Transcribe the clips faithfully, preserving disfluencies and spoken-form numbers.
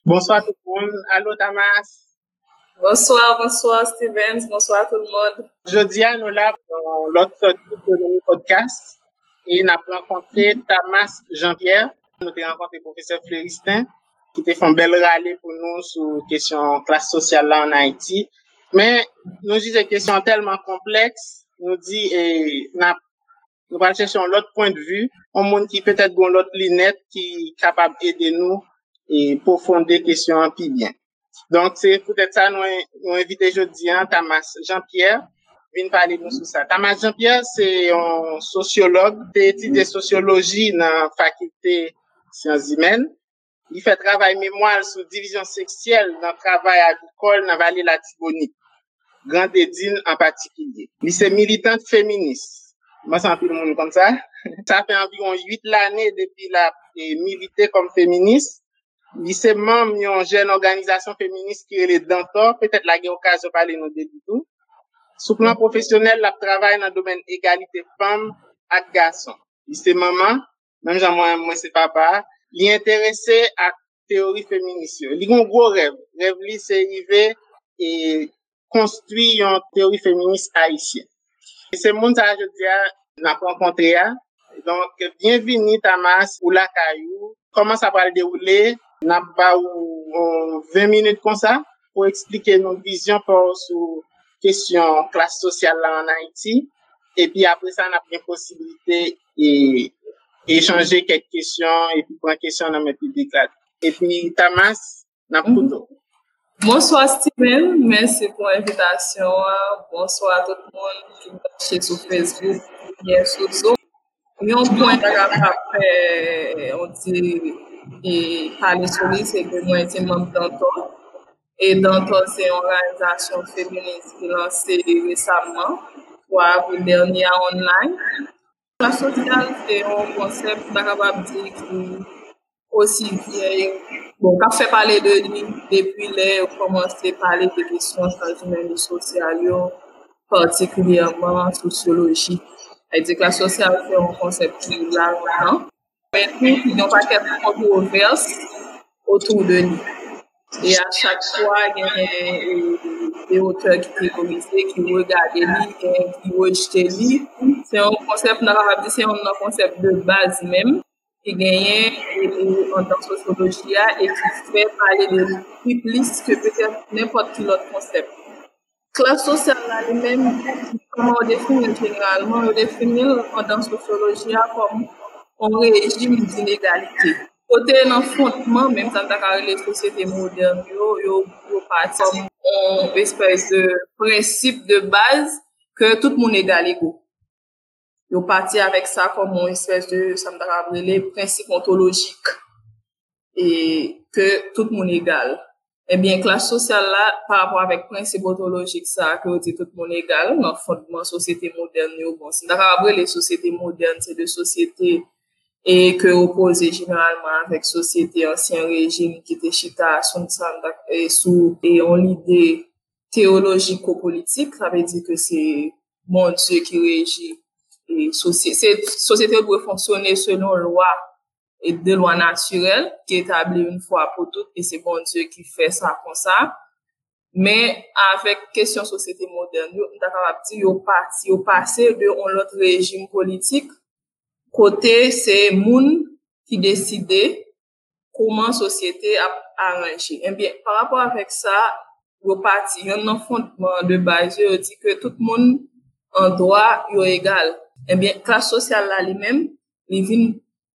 Bonsoir tout le monde. Allô Damas. Bonsoir, bonsoir Stevens, bonsoir tout le monde. Jeudi, nous là dans l'autre sortie de notre podcast et nous avons rencontré Damas Jean-Pierre. Nous avons rencontré le professeur Fleuristin qui a fait un bel rallye pour nous sur la question classe sociale là en Haïti. Mais nous disons des questions tellement complexes, nous dit et nous allons chercher un autre point de vue, un monde qui peut-être dans l'autre lunette qui est capable d'aider nous et profonder les questions un peu bien. Donc, c'est peut-être ça, nous, nous invité aujourd'hui, Damas Jean-Pierre, vient parler nous sur ça. Damas Jean-Pierre, c'est un sociologue, qui étudie sociologie dans la faculté sciences humaines. Il fait travail mémoire sur division sexuelle dans le travail agricole dans la vallée la Tibonite. Grande Édine en particulier. Il est militante féministe. Moi, c'est un peu le monde comme ça. Ça fait environ huit années depuis la milité comme féministe. Il est membre d'une jeune organisation féministe qui est les Dentor. Peut-être la guerre occasion de parler nous de tout. Sur le plan professionnel, la travaille dans le domaine égalité femmes et garçons. Il est maman, même j'en moi, moi c'est papa. Il est intéressé à théorie féministe. Il a un gros rêve. Rêve lui, c'est arriver et construire une théorie féministe haïtienne. Et c'est mon ça, je dis, n'a rencontré. Donc, bienvenue, Damas, ou la caillou. Comment ça va le dérouler? N'a pas vingt minutes comme ça pour expliquer nos visions pour sur question classe sociale là en Haïti. Et puis après ça, on a bien possibilité et échanger quelques questions et puis prendre questions dans mes publics là. Et puis, Damas, n'a pas tout. Bonsoir Steven, merci pour l'invitation. Bonsoir à tout le monde qui est sur Facebook, qui est sur Zoom. Il y a un point après, on dit, et parler sur lui, c'est que moi, je suis membre d'Anton. Et Danton, c'est une organisation féministe qui est lancée récemment, pour le dernier online. La sociale, c'est un concept capable de dire qui aussi vieille. Bon, quand on fait parler de lui, depuis là, on commence à parler de questions humaines et sociales, particulièrement en sociologie. C'est-à-dire que la sociale, c'est un concept qui est là longtemps. Mais tout, il n'y a pas de controverse autour de lui. Et à chaque fois, il y a des auteurs qui théorisent, qui regardent lui, qui rejettent lui. C'est un concept, c'est un concept de base même, qui gagne en tant que sociologie et qui fait parler de lui plus que peut-être n'importe quel autre concept. Classe sociale elle-même, comment on définit généralement, on définit en tant que sociologie comme un régime d'inégalité. Côté l'enfrontement, même dans les sociétés modernes, il y a comme une espèce de principe de base que tout le monde est égal égaux. Il y a parti avec ça comme une espèce de, ça me les principes ontologiques et que tout le monde est égal. Eh bien, classe sociale là, par rapport avec principe ontologique ça, que dit tout le monde est égal, dans le fondement société moderne, bon, c'est d'accord, les sociétés modernes, c'est des sociétés et que opposé généralement avec société ancien régime qui était chita et sous et on l'idée théologico-politique, ça veut dire que c'est mon Dieu qui régit et société cette société doit fonctionner selon loi et des lois naturelles qui établit une fois pour toutes et c'est bon Dieu qui fait ça comme ça. Mais avec question société moderne, on est capable de dire au parti au passé de un autre régime politique. Côté, c'est moun qui décide comment société a arrangé. Eh bien, par rapport avec ça, au parti, il y a un fondement de base, je dis que tout le monde en droit est égal. Eh bien, classe sociale là, lui-même, il vient,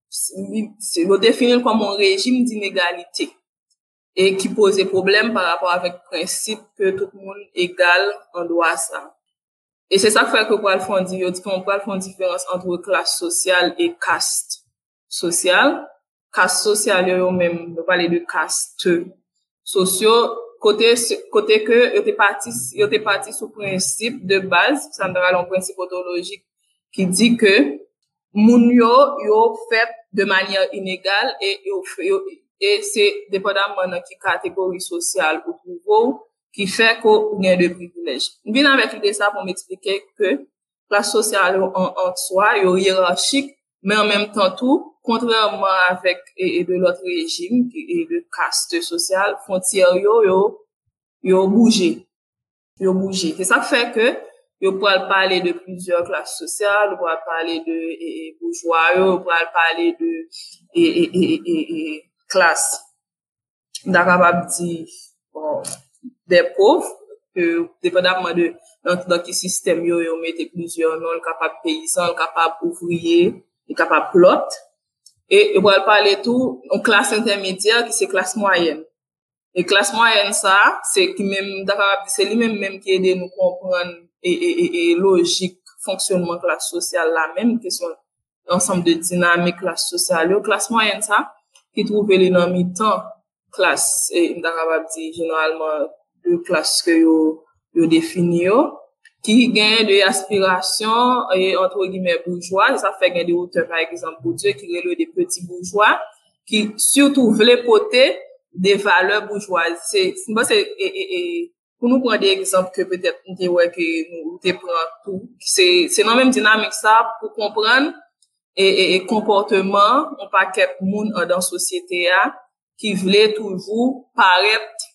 il définit comme un régime d'inégalité et qui pose des problèmes par rapport avec le principe que tout le monde est égal en droit ça. Et c'est ça qui fait que pour le fond, on peut faire une différence entre classe sociale et caste sociale. Caste sociale, yo même, on parle de caste sociaux. Côté, côté que, yo t'es parti, yo t'es parti sous principe de base, ça me donne un principe ontologique qui dit que, moun yo, yo fait de manière inégale et yo, yo, et c'est dépendamment de quelle catégorie sociale ou trouve qui fait qu'on a de privilèges. Je viens avec l'idée ça pour m'expliquer que la sociale en, en soi est hiérarchique, mais en même temps tout, contrairement avec et, et de l'autre régime et de caste sociale, frontières yo yo yo bougé, yo bougé. C'est ça qui fait que yo pourra parler de plusieurs classes sociales, yo pourra parler de et, et bourgeois, yo pourra parler de et et et et, et classe d'arabes dit bon, des pauvres que dépendamment de dans, dans quel système yo yo mettez plusieurs noms capables paysans, capables ouvriers, et capables plot et yo pourra parler tout en classe intermédiaire qui c'est classe moyenne. Et classe moyenne ça c'est qui même d'arabes c'est lui même même qui aide nous comprendre et et et, et logique fonctionnement classe sociale la même question ensemble de dynamique classe sociale yo classe moyenne ça qui trouve les dans mi-temps classe et d'arabes dit généralement deux classes que yo yo défini yo qui gagne des aspirations et entre guillemets bourgeois ça fait gagne des auteurs par exemple Bourdieu qui relève des petits bourgeois qui surtout veulent porter des valeurs bourgeoises c'est c'est et, et, et pour nous prendre des exemples que peut-être on ouais que nous te prend tout c'est c'est dans même dynamique ça pour comprendre et, et, et comportement on paquet monde dans société a qui voulait toujours paraître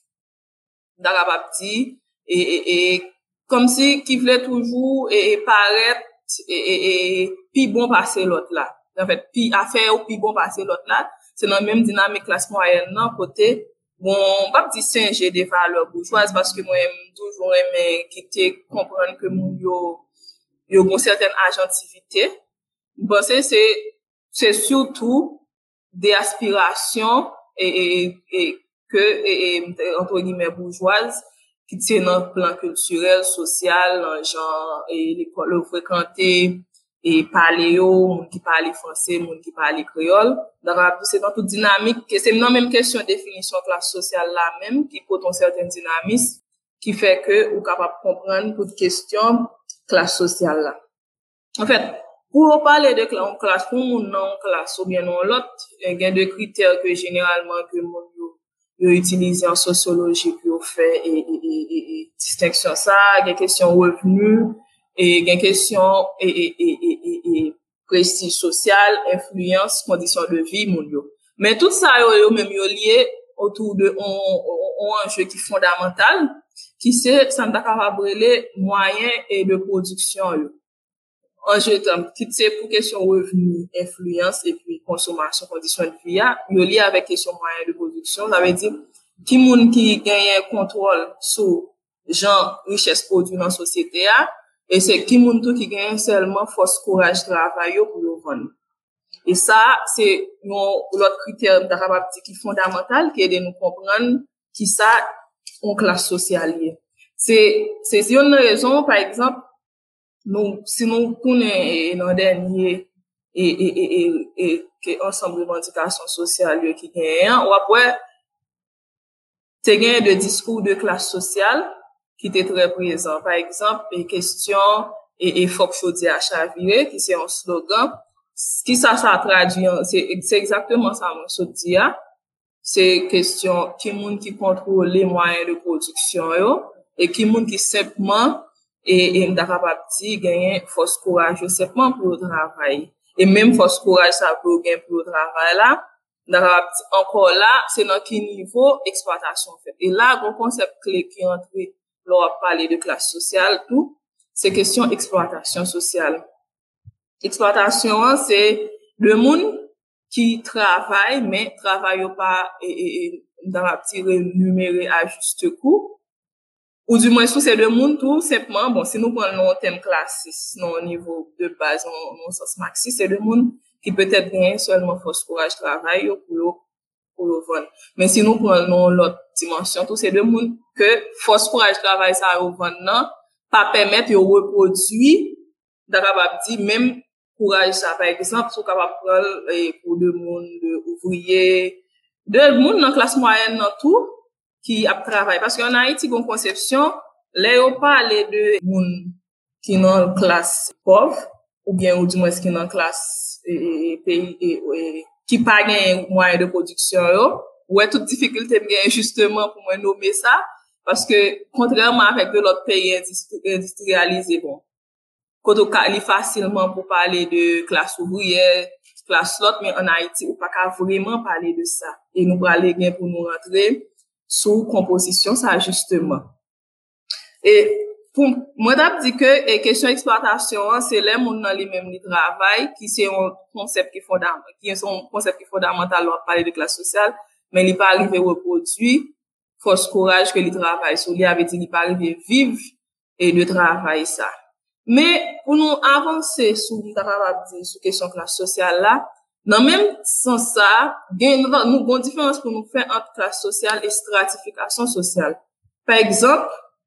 d'arabe dit et, et, et comme si qui voulait toujours et, et paraître et, et, et puis bon passer l'autre là en fait puis affaire ou puis bon passer l'autre là c'est dans même dynamique classe moyenne non côté bon pas dire singer des valeurs bourgeoises parce que moi j'aime toujours aimer quitter comprendre que mon yo yo une certaine agentivité bon c'est c'est c'est surtout des aspirations et, et, et que et, et, entre guillemets bourgeoises qui tient dans le plan culturel, social, dans genre et l'école fréquenter et parler yo, monde qui parle français, monde qui parle créole. Donc c'est dans toute dynamique que c'est non même question de définition classe sociale là même qui porte un certain dynamisme qui fait que ou capable comprendre toute question classe sociale là. En fait, pour parler de classe pour mon non classe ou bien non l'autre, il y a deux critères que généralement que mon yo utilisé en sociologie pour faire et, et, et, et distinction ça, il y a question revenu et il y a question et, et, et, et, et prestige social, influence, conditions de vie mon yo. Mais tout ça yo, yo même yo lié autour de un enjeu qui fondamental qui c'est ça n'a capable les moyens et de production yo. Enjeu qui c'est pour question revenu, influence et puis consommation, conditions de vie, yo lié avec question moyens de production, ça veut dire qui moun qui gagne contrôle sur genre richesse produit dans société et c'est qui moun tout qui gagne seulement force courage travail pour le vendre. Et ça c'est l'autre critère d'arabes qui est fondamental qui aide nous comprendre qui ça en classe sociale. C'est c'est une raison par exemple nous si nous connaissons l'an dernier et et et et, et que ensemble de revendications sociales qui gagne ou après c'est gain de discours de classe sociale qui était très présent par exemple les questions et et faut chaudi à chavirer qui c'est un slogan qui ça ça traduit c'est c'est exactement ça mon so dit c'est question qui monde qui contrôle les moyens de production yo et qui monde qui simplement et et capable de gagner force courage simplement pour le travail et même force courage ça pour gagner pour le travail là encore là c'est dans quel niveau exploitation fait et là un concept clé qui entre là parler de classe sociale tout c'est question exploitation sociale exploitation c'est le monde qui travaille mais travaille pas et, et dans la petite rémunéré à juste coût ou du moins c'est le monde tout simplement bon si nous prenons un thème classiste non au niveau de base en, en sens marxiste c'est le monde qui peut-être gagne seulement force courage travail pour pour le vendre mais si nous prenons l'autre dimension tout c'est le monde que force courage travail ça au vendre non pas permettre de reproduire d'arabes dit même courage ça par exemple sont capable prendre pour le monde ouvrier de monde dans classe moyenne dans tout qui a travaillé parce qu'en Haïti une conception là on parle de monde qui dans classe pauvre ou bien ou du moins qui dans classe et pays et, et qui pas gain moyen de production yo ouais toute difficulté gain justement pour moi nommer ça parce que contrairement avec de l'autre pays industrialisé bon quand on est facilement pour parler de classe ouvrière classe l'autre, mais en Haïti, ou pas qu'à vraiment parler de ça. Et nous parler bien pour nous rentrer sous composition, ça, justement. Et, pour moi, d'ab dit que, et question exploitation, c'est les moun dans les mêmes travail, qui c'est un concept qui est fondamental, qui est un concept qui est fondamental, on parler de classe sociale, mais il n'est pas arrivé à reproduire, force courage que les travail sur lui avait dit, il n'est pas arrivé à vivre et de travailler ça. Mais, pour nous avancer sur, sur question classe sociale là, dans même sens ça, nous avons une différence pour nous faire entre classe sociale et stratification sociale. Par exemple,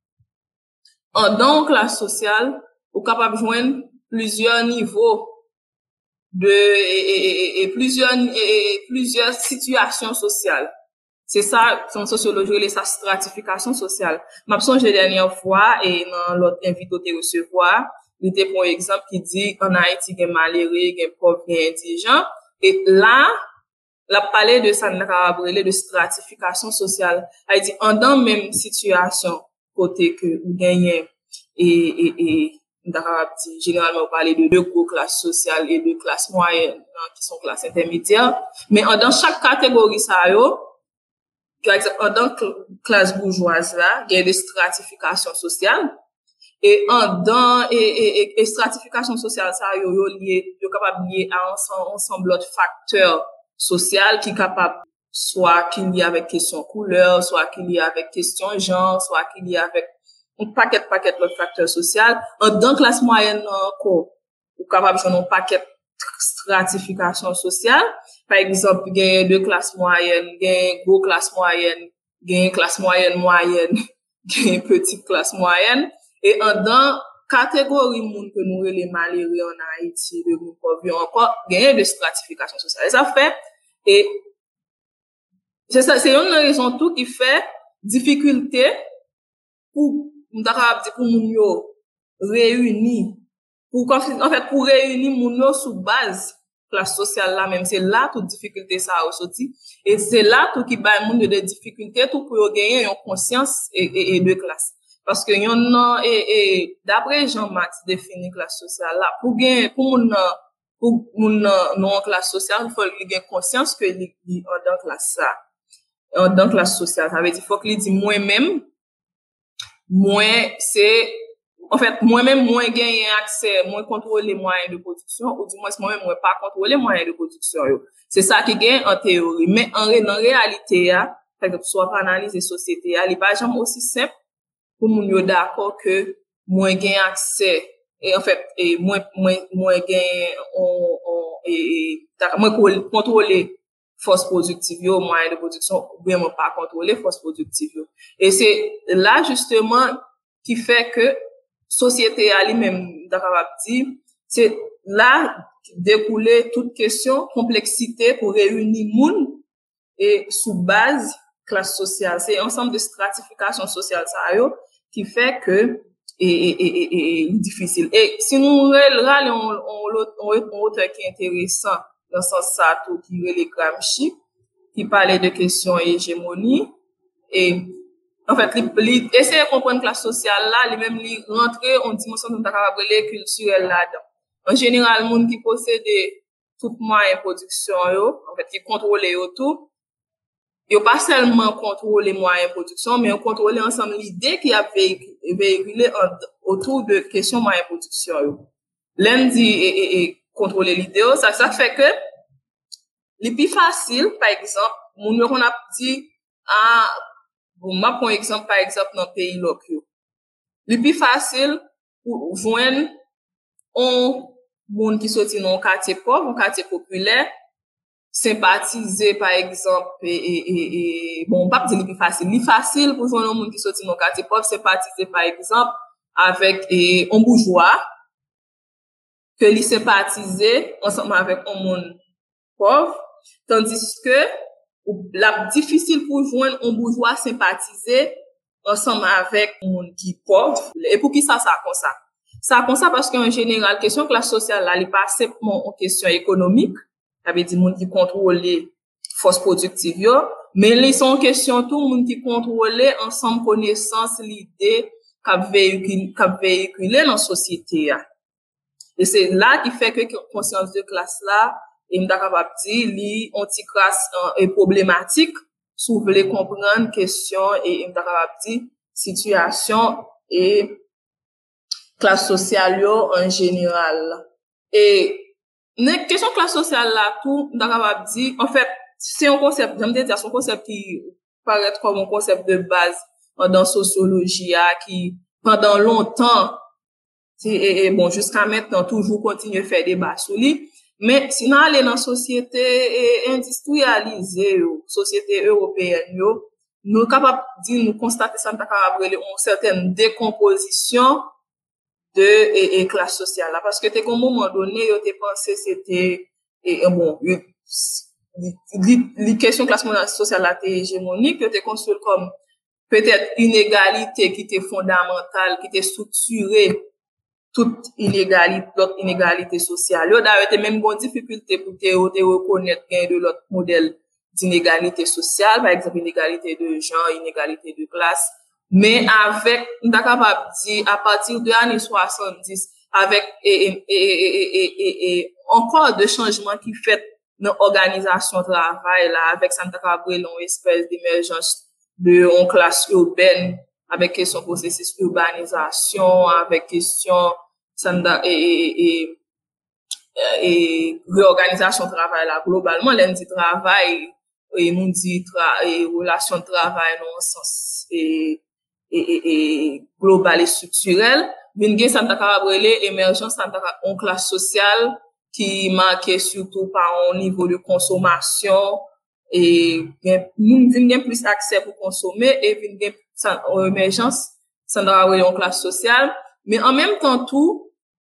en dans classe sociale, on est capable de joindre plusieurs niveaux de, et, et, et, et plusieurs, et, et plusieurs situations sociales. C'est ça, en sociologie, c'est sa stratification sociale. M'a songe la dernière fois, et dans l'autre invité de recevoir, il était pour exemple qui dit, en Haïti, il y a malheureux, il y a pauvre, il y a indigent. Et là, la parler de ça, on a parlé de stratification sociale. Elle dit, en dans même situation, côté que, vous gagnez, et, et, et, généralement, on parle de deux gros classes sociales et deux classes moyennes, qui sont classes intermédiaires. Mais en dans chaque catégorie, ça, yo, par exemple, en dans classe bourgeoise, là, il y a des stratifications sociales. Et en dans, et, et, et stratification sociale, ça, yo, yo lié, yo capable lié à un ensemble d'autres facteurs sociaux qui est capable, soit qu'il y a avec question couleur, soit qu'il y a avec question genre, soit qu'il y a avec un paquet, paquet d'autres facteurs sociaux. En dans classe moyenne, encore, ou capable de un paquet stratification sociale. Par exemple, il y a deux classes moyennes, il y a une grosse classe moyenne, il y a une classe moyenne moyenne, il y a une petite classe moyenne. Et en dans catégorie monde que nous les malheureux en Haïti, de nous pauvres encore, il y a de stratification sociale. Et ça fait, et c'est ça, c'est une raison tout qui fait difficulté pour, pour moun yo réunir, pour, en fait, pour réunir moun yo sous base classe sociale là même, c'est là toute difficulté ça a sorti. Et c'est là tout qui bat moun de des difficultés tout pour gagner une conscience et, et, et de classe. Parce que yon a, et, et, d'après Jean-Max définit classe sociale là, pour gagner, pour moun, pour moun non classe sociale, il faut qu'il ait conscience que il est dans classe ça. Dans classe sociale, ça veut dire, il faut qu'il dise moi-même, moi, c'est, en fait, moi-même, moi, gagner accès, moi, contrôler les moyens de production, ou du moins, moi-même, moi, pas contrôler les moyens de production, yo. C'est ça qui gagne en théorie. Mais en, en réalité, ya, par exemple, soit pour analyser société, ya, il n'est pas jamais aussi simple pour moun yo d'accord que moi, gagne accès, et en fait, et moi, moi, moi, gagne, on, on, et, moi, contrôler force productive, yo, moyen de production, vraiment pas contrôler force productive, yo. Et c'est là, justement, qui fait que société a lui-même, d'accord, dit, c'est là découler toute question, complexité pour réunir moun et sous base classe sociale. C'est un ensemble de stratification sociale, ça, yo, qui fait que, et, et, et, et, et, difficile. Et si nous regardons, on, on, on, on, auteur qui est intéressant, dans ce sens ça, tout qui est les Gramsci, qui parlait de questions hégémonie, et, en fait, li, essayer de comprendre classe sociale là, les même li rentrer en dimension de la culturelle là-dedans. En général, monde qui possède tout moyen de production, yo, en fait, qui contrôle tout, yo pas seulement contrôle les moyens de production, mais on contrôle ensemble l'idée qui a véhiculé autour de questions moyens de production, yo. Lundi et, et, et contrôler l'idée, ça, ça fait que, les plus facile, par exemple, moun yo qu'on a dit, ah, bon, ma prends exemple, par exemple, dans le pays local. Le plus facile, pour joindre, on, moun qui sorti dans un quartier pauvre, un quartier populaire, sympathiser, par exemple, et, et, et, et bon, pas dire le plus facile. Le plus facile pour joindre un moun qui sorti dans un quartier pauvre, sympathiser, par exemple, avec, et, un bourgeois, que lui sympathiser ensemble avec un moun pauvre, tandis que, la difficile pour joindre un bourgeois sympathiser ensemble avec un monde qui pauvre. Et pour qui ça, ça comme ça? Ça comme ça parce qu'en général, question classe sociale, là, elle n'est pas simplement une question économique. Ça veut dire monde qui contrôle les forces productives, yo, mais ils sont en question tout monde qui contrôle ensemble connaissance, l'idée qu'a véhiculé, qu'a véhiculé dans la société. Et c'est là qui fait que conscience de classe là, et m'ta capable dire li anti classe est problématique sous voulez comprendre question et m'ta capable dire situation et classe sociale yo en général. Et la question classe sociale là tout m'ta capable dire en fait c'est un concept, j'aime dire c'est un concept qui paraît comme un concept de base dans sociologie qui pendant longtemps et, et bon jusqu'à maintenant toujours continue à faire débat sur lui, mais sinon aller dans société industrialisée, société européenne yo, nous capable dire nous constater ça capable une certaine décomposition de et, et classe sociale là parce que t'es qu'à un moment donné yo t'es pensé c'était et bon les questions classe sociale là t'es hégémonique yo t'es construit comme peut-être inégalité qui était fondamentale qui était structurée toute inégalité l'autre inégalité sociale yo d'ailleurs t'es même bonne difficulté pour te, te reconnaître gain de l'autre modèle d'inégalité sociale par exemple inégalité de genre inégalité de classe mais avec on est capable dire à partir de années soixante-dix avec et et et et et, et encore de changements qui fait dans organisation travail là avec ça on est capable une espèce d'émergence de en classe urbaine avec question processus urbanisation avec question et et et et réorganisation travail là globalement lundi travail et nous dit tra, et relation de travail dans un sens et et et, et global et structurel vinn gen ça capable relé émergence en classe sociale qui marqué surtout par un niveau de consommation et nous vinn gen plus accès pour consommer et vinn gen en émergence ça relé en classe sociale mais en même temps tout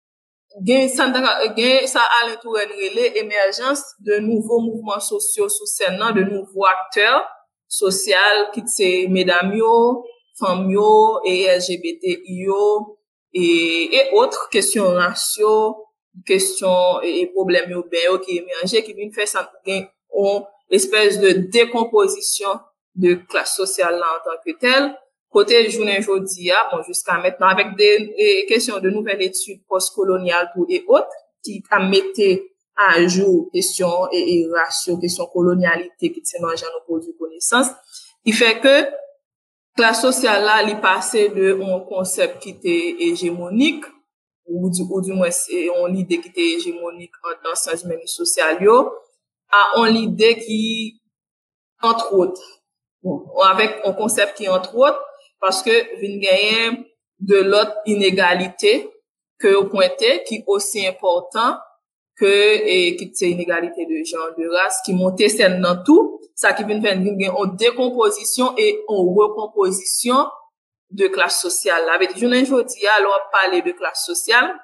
gen ça gen ça a l'entouré relé émergence de nouveaux mouvements sociaux sous scène de nouveaux acteurs sociaux qui c'est mesdames yo femmes yo et L G B T I yo et et autres questions raciaux questions et problèmes urbains qui émergent qui viennent faire ça une espèce de décomposition de classe sociale là en tant que telle côté journée jodi a bon jusqu'à maintenant avec des, des questions de nouvelles études postcoloniales tout et autres qui a metté à jour questions et, et ratio question colonialité qui c'est dans gens nous produit connaissance qui fait que classe sociale là li passé de un concept qui était hégémonique ou du ou du moins c'est une idée qui était hégémonique dans sens même social yo à une idée qui entre autres bon avec un concept qui entre autres parce que vinn gagner de l'autre inégalité que au pointé qui aussi important que et qui c'est inégalité de genre de race qui montait scène dans tout ça qui vient faire une décomposition et une recomposition de classe sociale avec journée jodi alors parler de classe sociale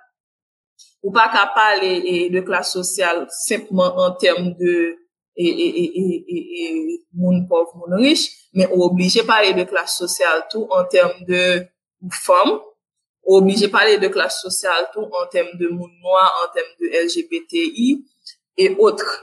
ou pas qu'à parler de classe sociale simplement en termes de et et et et et monde pauvre monde riche mais on obligé parler de classe sociale tout en termes de femmes obligé parler de classe sociale tout en termes de monde noir en termes de L G B T I et autres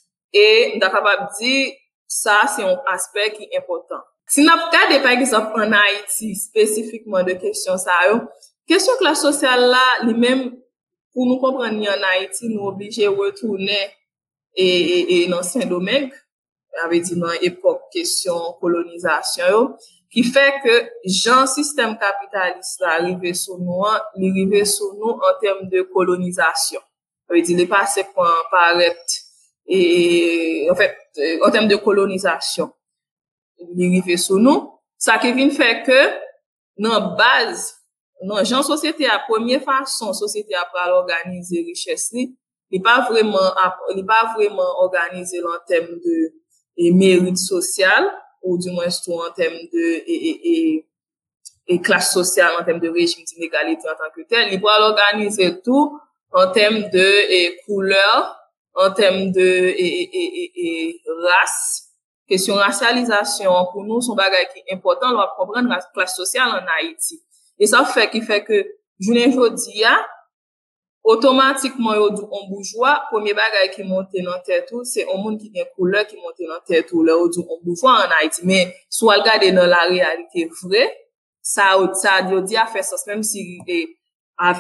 et on est capable de dire ça c'est un aspect qui est important si n'a regardé par exemple en Haïti spécifiquement de questions ça yo question classe sociale là lui même pour nous comprendre en Haïti nous obligé retourner et et, et dans Saint-Domingue avait dit dans époque question colonisation yo, qui fait que Jean système capitaliste là arrivé sur nous il arrivé sur nous en termes de colonisation avait dit il est passé par paraître et en fait en termes de colonisation il arrivé sur nous ça qui vient faire que dans base non Jean société à première façon société a pas organiser richesse li il pas vraiment il pas vraiment organisé en termes de et mérite social ou du moins tout en termes de et, et, et, et classe sociale en termes de régime d'inégalité en tant que tel il va organiser tout en termes de et couleur en termes de et, et, et, et race question racialisation pour nous son bagage qui est important on va comprendre la classe sociale en Haïti et ça fait qui fait que journée jodi a automatiquement yo du on bourgeois premier bagage qui monte dans tête tout c'est un monde qui a couleur qui monte dans tête tout là du on bourgeois en Haïti mais soit regarder dans la réalité vrai ça ça yo dit a fait sens même si avec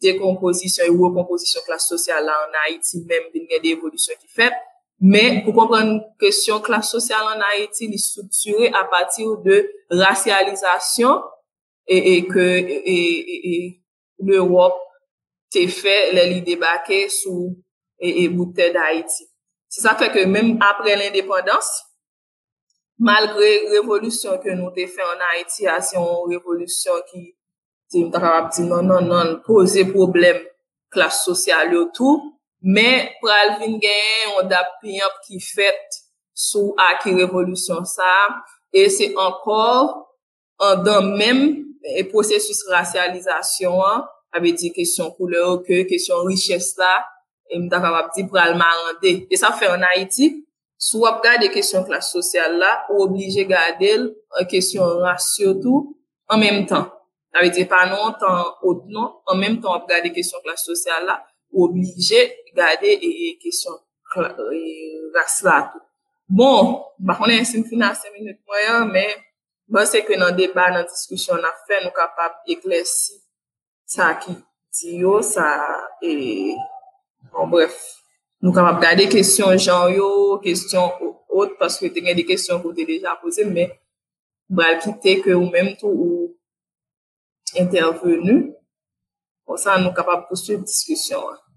décomposition et recomposition classe sociale là en Haïti, même il y a des évolutions qui fait. Mais pour comprendre la question classe sociale en Haïti, il est structuré à partir de racialisation et, et que et, et, et l'Europe s'est fait les débarquer sous et, et bouteille d'Haïti. C'est ça fait que même après l'indépendance, malgré révolution que nous avons fait en Haïti, c'est une révolution qui dit non non non poser problème classe sociale et tout, mais pour alvin gain on a payant qui fait sous acquis révolution ça et c'est encore en dans même et processus racialisation avec dit question couleur que question richesse là et m'ta capable dire pour al marandé et ça fait en Haïti sous regarder question classe sociale là ou obligé garder en question ratio tout en même temps. Ça veut dire pas non temps autre non en même temps on regarder question classe sociale là ou obligé garder et question race là tout. Bon, bah on est ainsi fini à cinq minutes moyen mais moi c'est que dans débat dans discussion on a fait nous capable éclaircir ça qui dit yo ça et bon bref nous capable garder question genre yo question autre parce que tu as des questions que tu déjà posées mais bral quitter que ou même tout ou intervenu pour ça nous capable poursuivre discussion.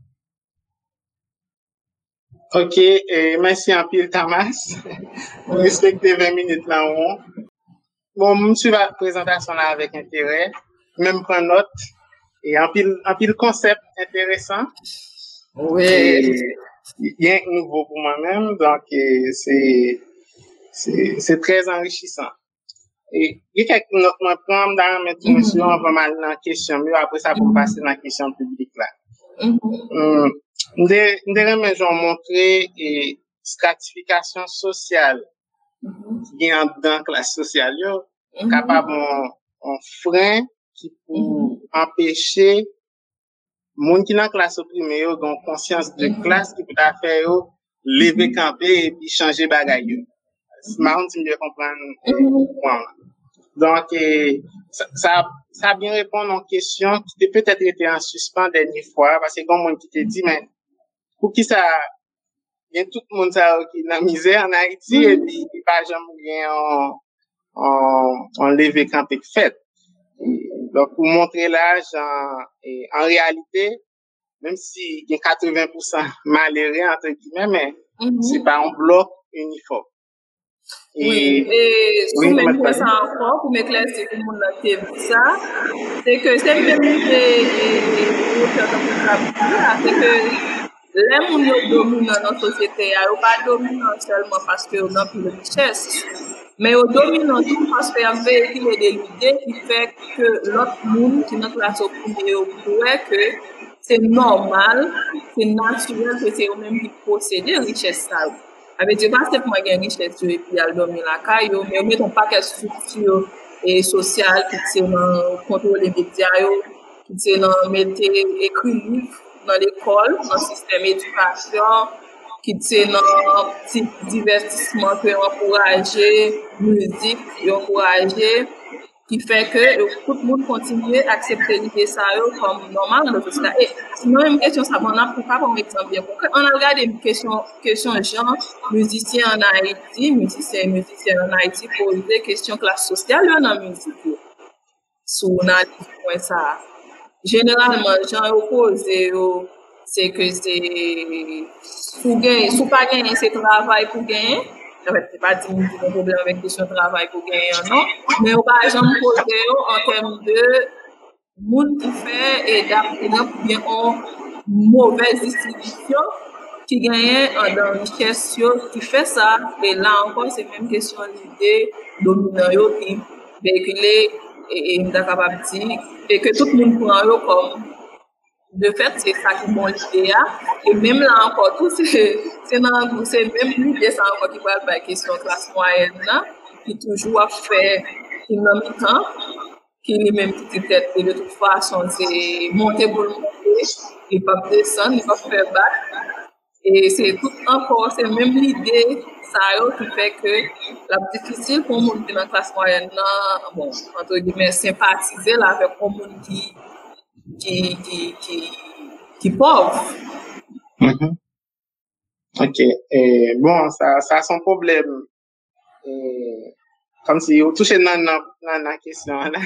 OK, et merci en pile Thomas. On respecte vingt minutes là on. Bon, je suis la présentation là avec intérêt, même prendre note et en pile en pile concept intéressant. Oui. Bien nouveau pour moi-même donc c'est c'est c'est très enrichissant. Et il y a quelques notes moi prendre dans mettre monsieur on va mal dans question mais après ça pour passer dans la question publique là. Mm-hmm. Nous devons montrer et stratification sociale mm-hmm. qui est dans la classe sociale, mm-hmm. capable un, un frein qui peut mm-hmm. empêcher moun qui dans classe opprimée yo gon conscience de mm-hmm. classe qui peut faire lever camper et puis changer bagaille. C'est marrant si je comprendre point. Donc eh, ça, ça ça bien répondre aux questions qui peut-être été en suspens dernière fois parce que comme monde qui te dit mais pour qui ça il y a tout le monde ça qui dans misère en Haïti mm-hmm. et puis il pas jamais rien en en en lever camper fait. Donc pour montrer l'âge en, en réalité même si il y a quatre-vingts pour cent malheureux entre guillemets mais mm-hmm. c'est pas un bloc uniforme. Et, oui, et oui, sous même ça encore, pour m'éclaircir tout le monde a vu ça, c'est que c'est même c'est que les gens dominants dans la société, ils ne sont pas dominants seulement parce qu'ils ont plus de richesse, mais ils sont dominants tout parce qu'ils ont véhiculé des idées qui fait que l'autre monde qui est dans la classe opprimée croit que c'est normal, c'est naturel que c'est eux-mêmes qui possèdent des richesses. Avec Dieu, pas seulement gagner richesse et puis aller dormir la caille, mais on met un paquet de structures et sociales qui c'est dans contrôle les médias, qui c'est dans mettre écrit livre dans l'école, dans le système d'éducation, qui c'est dans petit divertissement que encourager, musique, et encourager, qui fait que tout le monde continue à accepter l'idée ça comme normal dans notre société. Et sinon, une question, ça m'en a pour pas comme exemple bien concret. On a regardé une question, question genre, musicien en Haïti, musicien et musicien en Haïti, poser question classe sociale dans la musique. Sous on a dit ça. Généralement, les gens opposent, c'est que c'est, pour gagner, sous pas gagner, c'est travail pour gagner. En fait, c'est pas dire un problème avec question de travail pour gagner, non. Mais on va jamais poser en termes de monde qui fait et d'apprendre bien en mauvaise distribution qui gagne dans la richesse qui fait ça. Et là encore, c'est même question d'idée dominante qui véhiculée et est capable de dire et que tout le monde prend comme. De fait, c'est ça qui est mon idée. Et même là encore, tout c'est, c'est, dans, c'est même l'idée ça encore qui parle de la question de classe moyenne, là, qui toujours fait, qui n'a pas temps, qui est même petite tête, et de toute façon, c'est monter pour le monter, il ne pas descendre, il ne pas faire battre. Et c'est tout encore, c'est même l'idée, ça qui fait que la difficile pour monter dans la classe moyenne, là, bon, entre guillemets, sympathiser là, avec un monde qui qui qui qui qui pauvre. Mm-hmm. OK. Et bon, ça ça son problème. Et, comme si vous touchez dans dans la question là.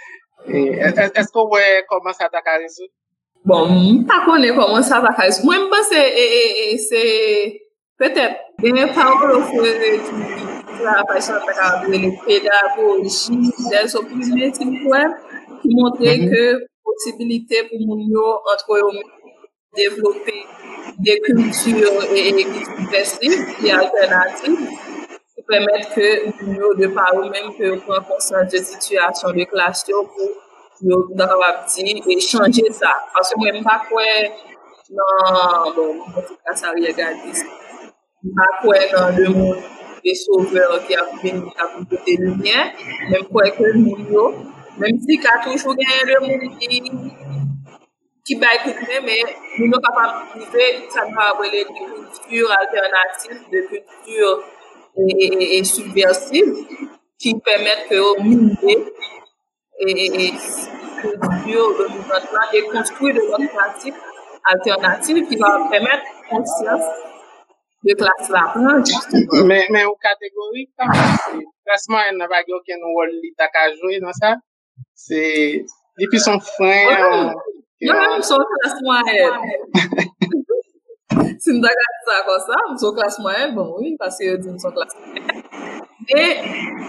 Est-ce que ouais comment ça t'a résoudre? Bon, pas connaître comment ça va résoudre. Moi, je pense que c'est peut-être bien parole au fait qui travaille sur la pédagogie des opinions qui montre que possibilité pour nous entre eux développer des cultures et subversives et alternatives qui permettent que nous de par eux-mêmes que prendre conscience de situation de classe pour nous capable et changer ça parce que même pas quoi dans bon en tout cas ça regarde pas quoi dans le monde des sauveurs qui a venu à côté de lumière même quoi que nous même si qu'a toujours gagné le monde qui qui va écouter, mais nous sommes capables de vivre, ça va avoir des cultures alternatives, des cultures et, et, et subversives qui permettent que miner et, et culture de mouvement et construire de notre pratique alternative qui va permettre conscience de classe là. Mais, mais au catégorique, classement, il n'a pas aucun rôle l'État à jouer dans ça. C'est, depuis son frein, non, même son classe moyenne. Si nous regardons ça comme ça, nous sommes classe moyenne, bon oui, parce que nous sommes classe moyenne. Mais,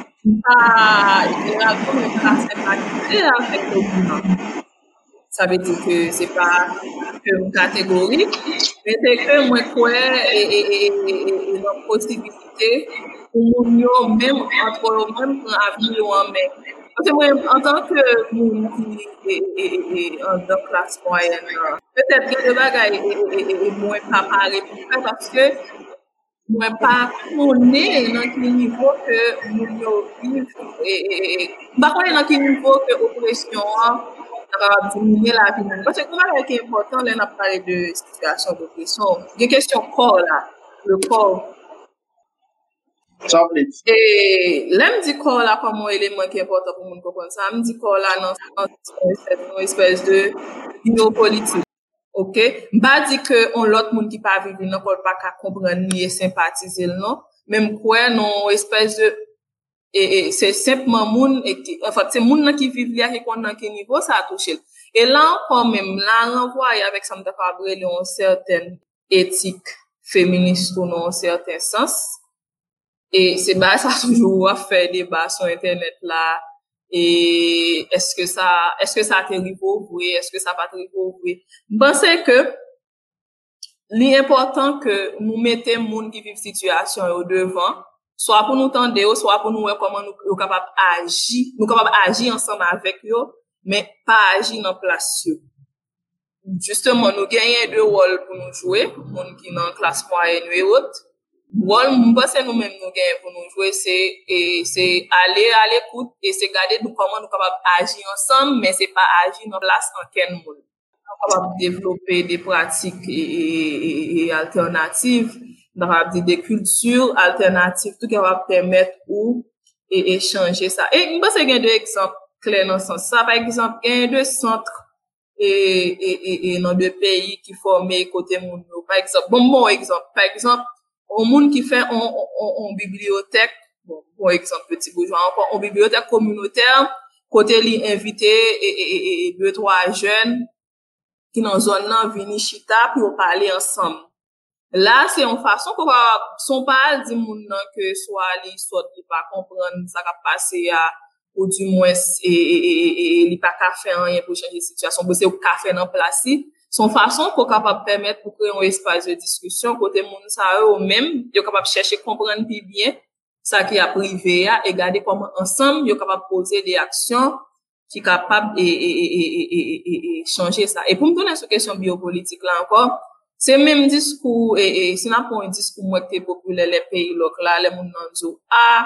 pas, généralement, nous sommes sympathisés avec le gouvernement. Ça veut dire que c'est pas que une catégorie, mais c'est que moi, quoi, et, et, et, et, et notre possibilité pour nous, même entre nous-mêmes, pour l'avenir en main. Parce que moi, en tant que monde qui est en classe moyenne, peut-être que le bagage est moins préparé pour faire parce que moi, pas connaître dans quel niveau que nous vivons et pas connaître dans quel niveau que l'oppression va diminuer la vie. Parce que comment est important, là, on a parlé de situation d'oppression. Il y a une question corps là, le corps. Et là, je dis corps là comme un élément qui est important pour nous comprendre ça. Je dis corps là dans une espèce de biopolitique. OK? Pas dire que on l'autre monde qui pas vivre non pas pas comprendre ni sympathiser non, même quoi non espèce de et, et c'est simplement moun et qui en fait c'est moun qui vivent là qui connaît quel niveau ça a touché. Et là encore même là renvoyer avec ça me capable une certaine éthique féministe ou non un certain sens. Et c'est bah ça toujours à faire débat sur internet là. Et est-ce que ça, est-ce que ça t'arrive au vrai, est-ce que ça pas t'arrive au vrai? Je pense que l'important que nous mettons moun qui vivent situation au devant, soit pour nous tendre, soit pour nous voir comment nous sommes capables d'agir, nous capables d'agir ensemble avec eux, mais pas agir dans place. Justement, nous gagnons deux rôles pour nous jouer, moun qui dans classe moyenne et autres. Bon, moi, c'est nous-mêmes nous gagnons pour nous jouer, c'est, et, c'est aller à l'écoute et c'est garder nous comment nous capables d'agir ensemble, mais c'est pas agir dans place en quel monde. Nous capables de développer des pratiques et, et, et alternatives, nous capables des cultures alternatives, tout qui va permettre ou, et, et changer ça. Et, moi, c'est qu'il y a deux exemples clairs dans ce sens. Ça, par exemple, il y a deux centres et, et, et, et dans deux pays qui forment côté monde. Par exemple, bon, bon exemple, par exemple, un monde qui fait en bibliothèque, bon, pour exemple, petit bourgeois, encore en bibliothèque communautaire, côté li invité et, et, et, et deux, trois jeunes qui dans zone là viennent chita pour parler ensemble. Là, c'est une façon qu'on va, son pas dire moun nan que soit li soit li pas comprendre ça va passer à, ou du moins, et, et, et, et li pas qu'à faire rien pour changer la situation, c'est au café dans place. Son façon pour capable permettre pour créer un espace de discussion côté moun sa eux même yo capable chercher comprendre plus bien ça qui a privé et garder comment ensemble yo capable poser des actions qui capable et et et et et, et changer ça. Et pour me donner sur question biopolitique là encore, c'est même discours et, et c'est n'a pas un discours moins que populaire les pays locaux là les moun nan dit ah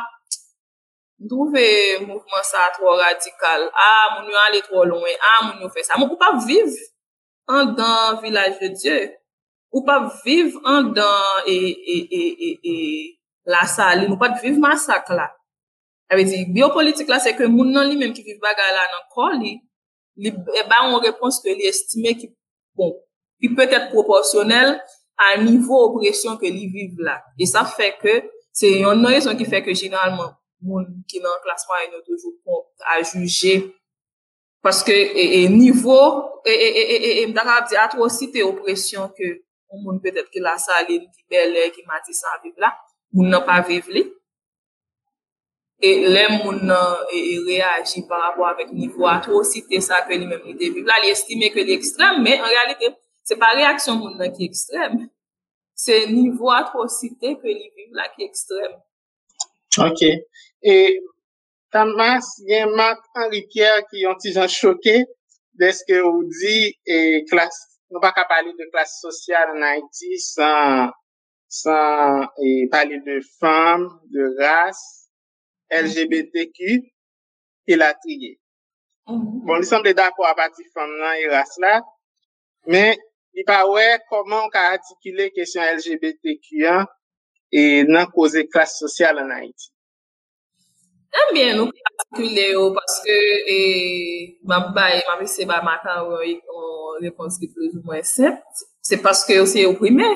trouver mouvement ça trop radical, ah moun yo aller trop loin, ah moun yo fait ça, moun peut pas vivre en dans village de Dieu ou pas vivre en dans et et et et, et la salle ou pas vivre massacre là. Ça veut dire biopolitique là c'est que moun nan li même qui vivent bagarre là dans corps li il bah une réponse que il estimait qui bon, qui peut être proportionnelle à niveau oppression que ils vivent là. Et ça fait que c'est une raison qui fait que généralement moun qui dans classe moyenne toujours prompt à juger parce que et, et niveau et et et et m'dakap di atrocité oppression que on moun peut-être que la Saline qui Bel Air qui Matissan vivre là moun n'a pas vivre li et les moun et réagit par rapport avec niveau atrocité ça que lui même il vivre là il estime que l'extrême mais en réalité c'est pas réaction moun nan qui extrême c'est niveau atrocité que lui vivre là qui est extrême. OK. Et Tamas, il y a Marc Henri Pierre qui ont été choqué de ce que vous dit et classe, on va pas parler de classe sociale en Haïti sans, sans et parler de femmes, de race, L G B T Q et la trier. Mm-hmm. Bon, nous sommes d'accord à partir de femmes là et race là, mais il pas ouais comment on peut articuler question L G B T Q et non causer classe sociale en Haïti. Eh bien, nous articuler parce que et ma bail ma c'est pas matin on réponse qui plus ou moins simple, c'est parce que c'est opprimé.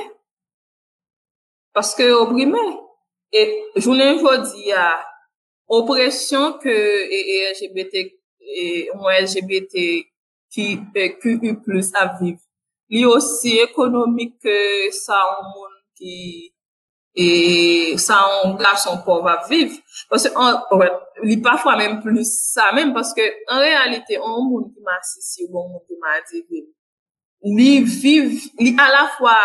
Parce que opprimé et journée aujourd'hui a oppression que et, et L G B T et on L G B T qui Q U plus à vivre. Li aussi économique que ça un monde qui et ça un garçon pauvre à vivre parce que li parfois même plus ça même parce que en réalité un monde qui m'a assisté ou bon monde qui m'a dit li vive li à la fois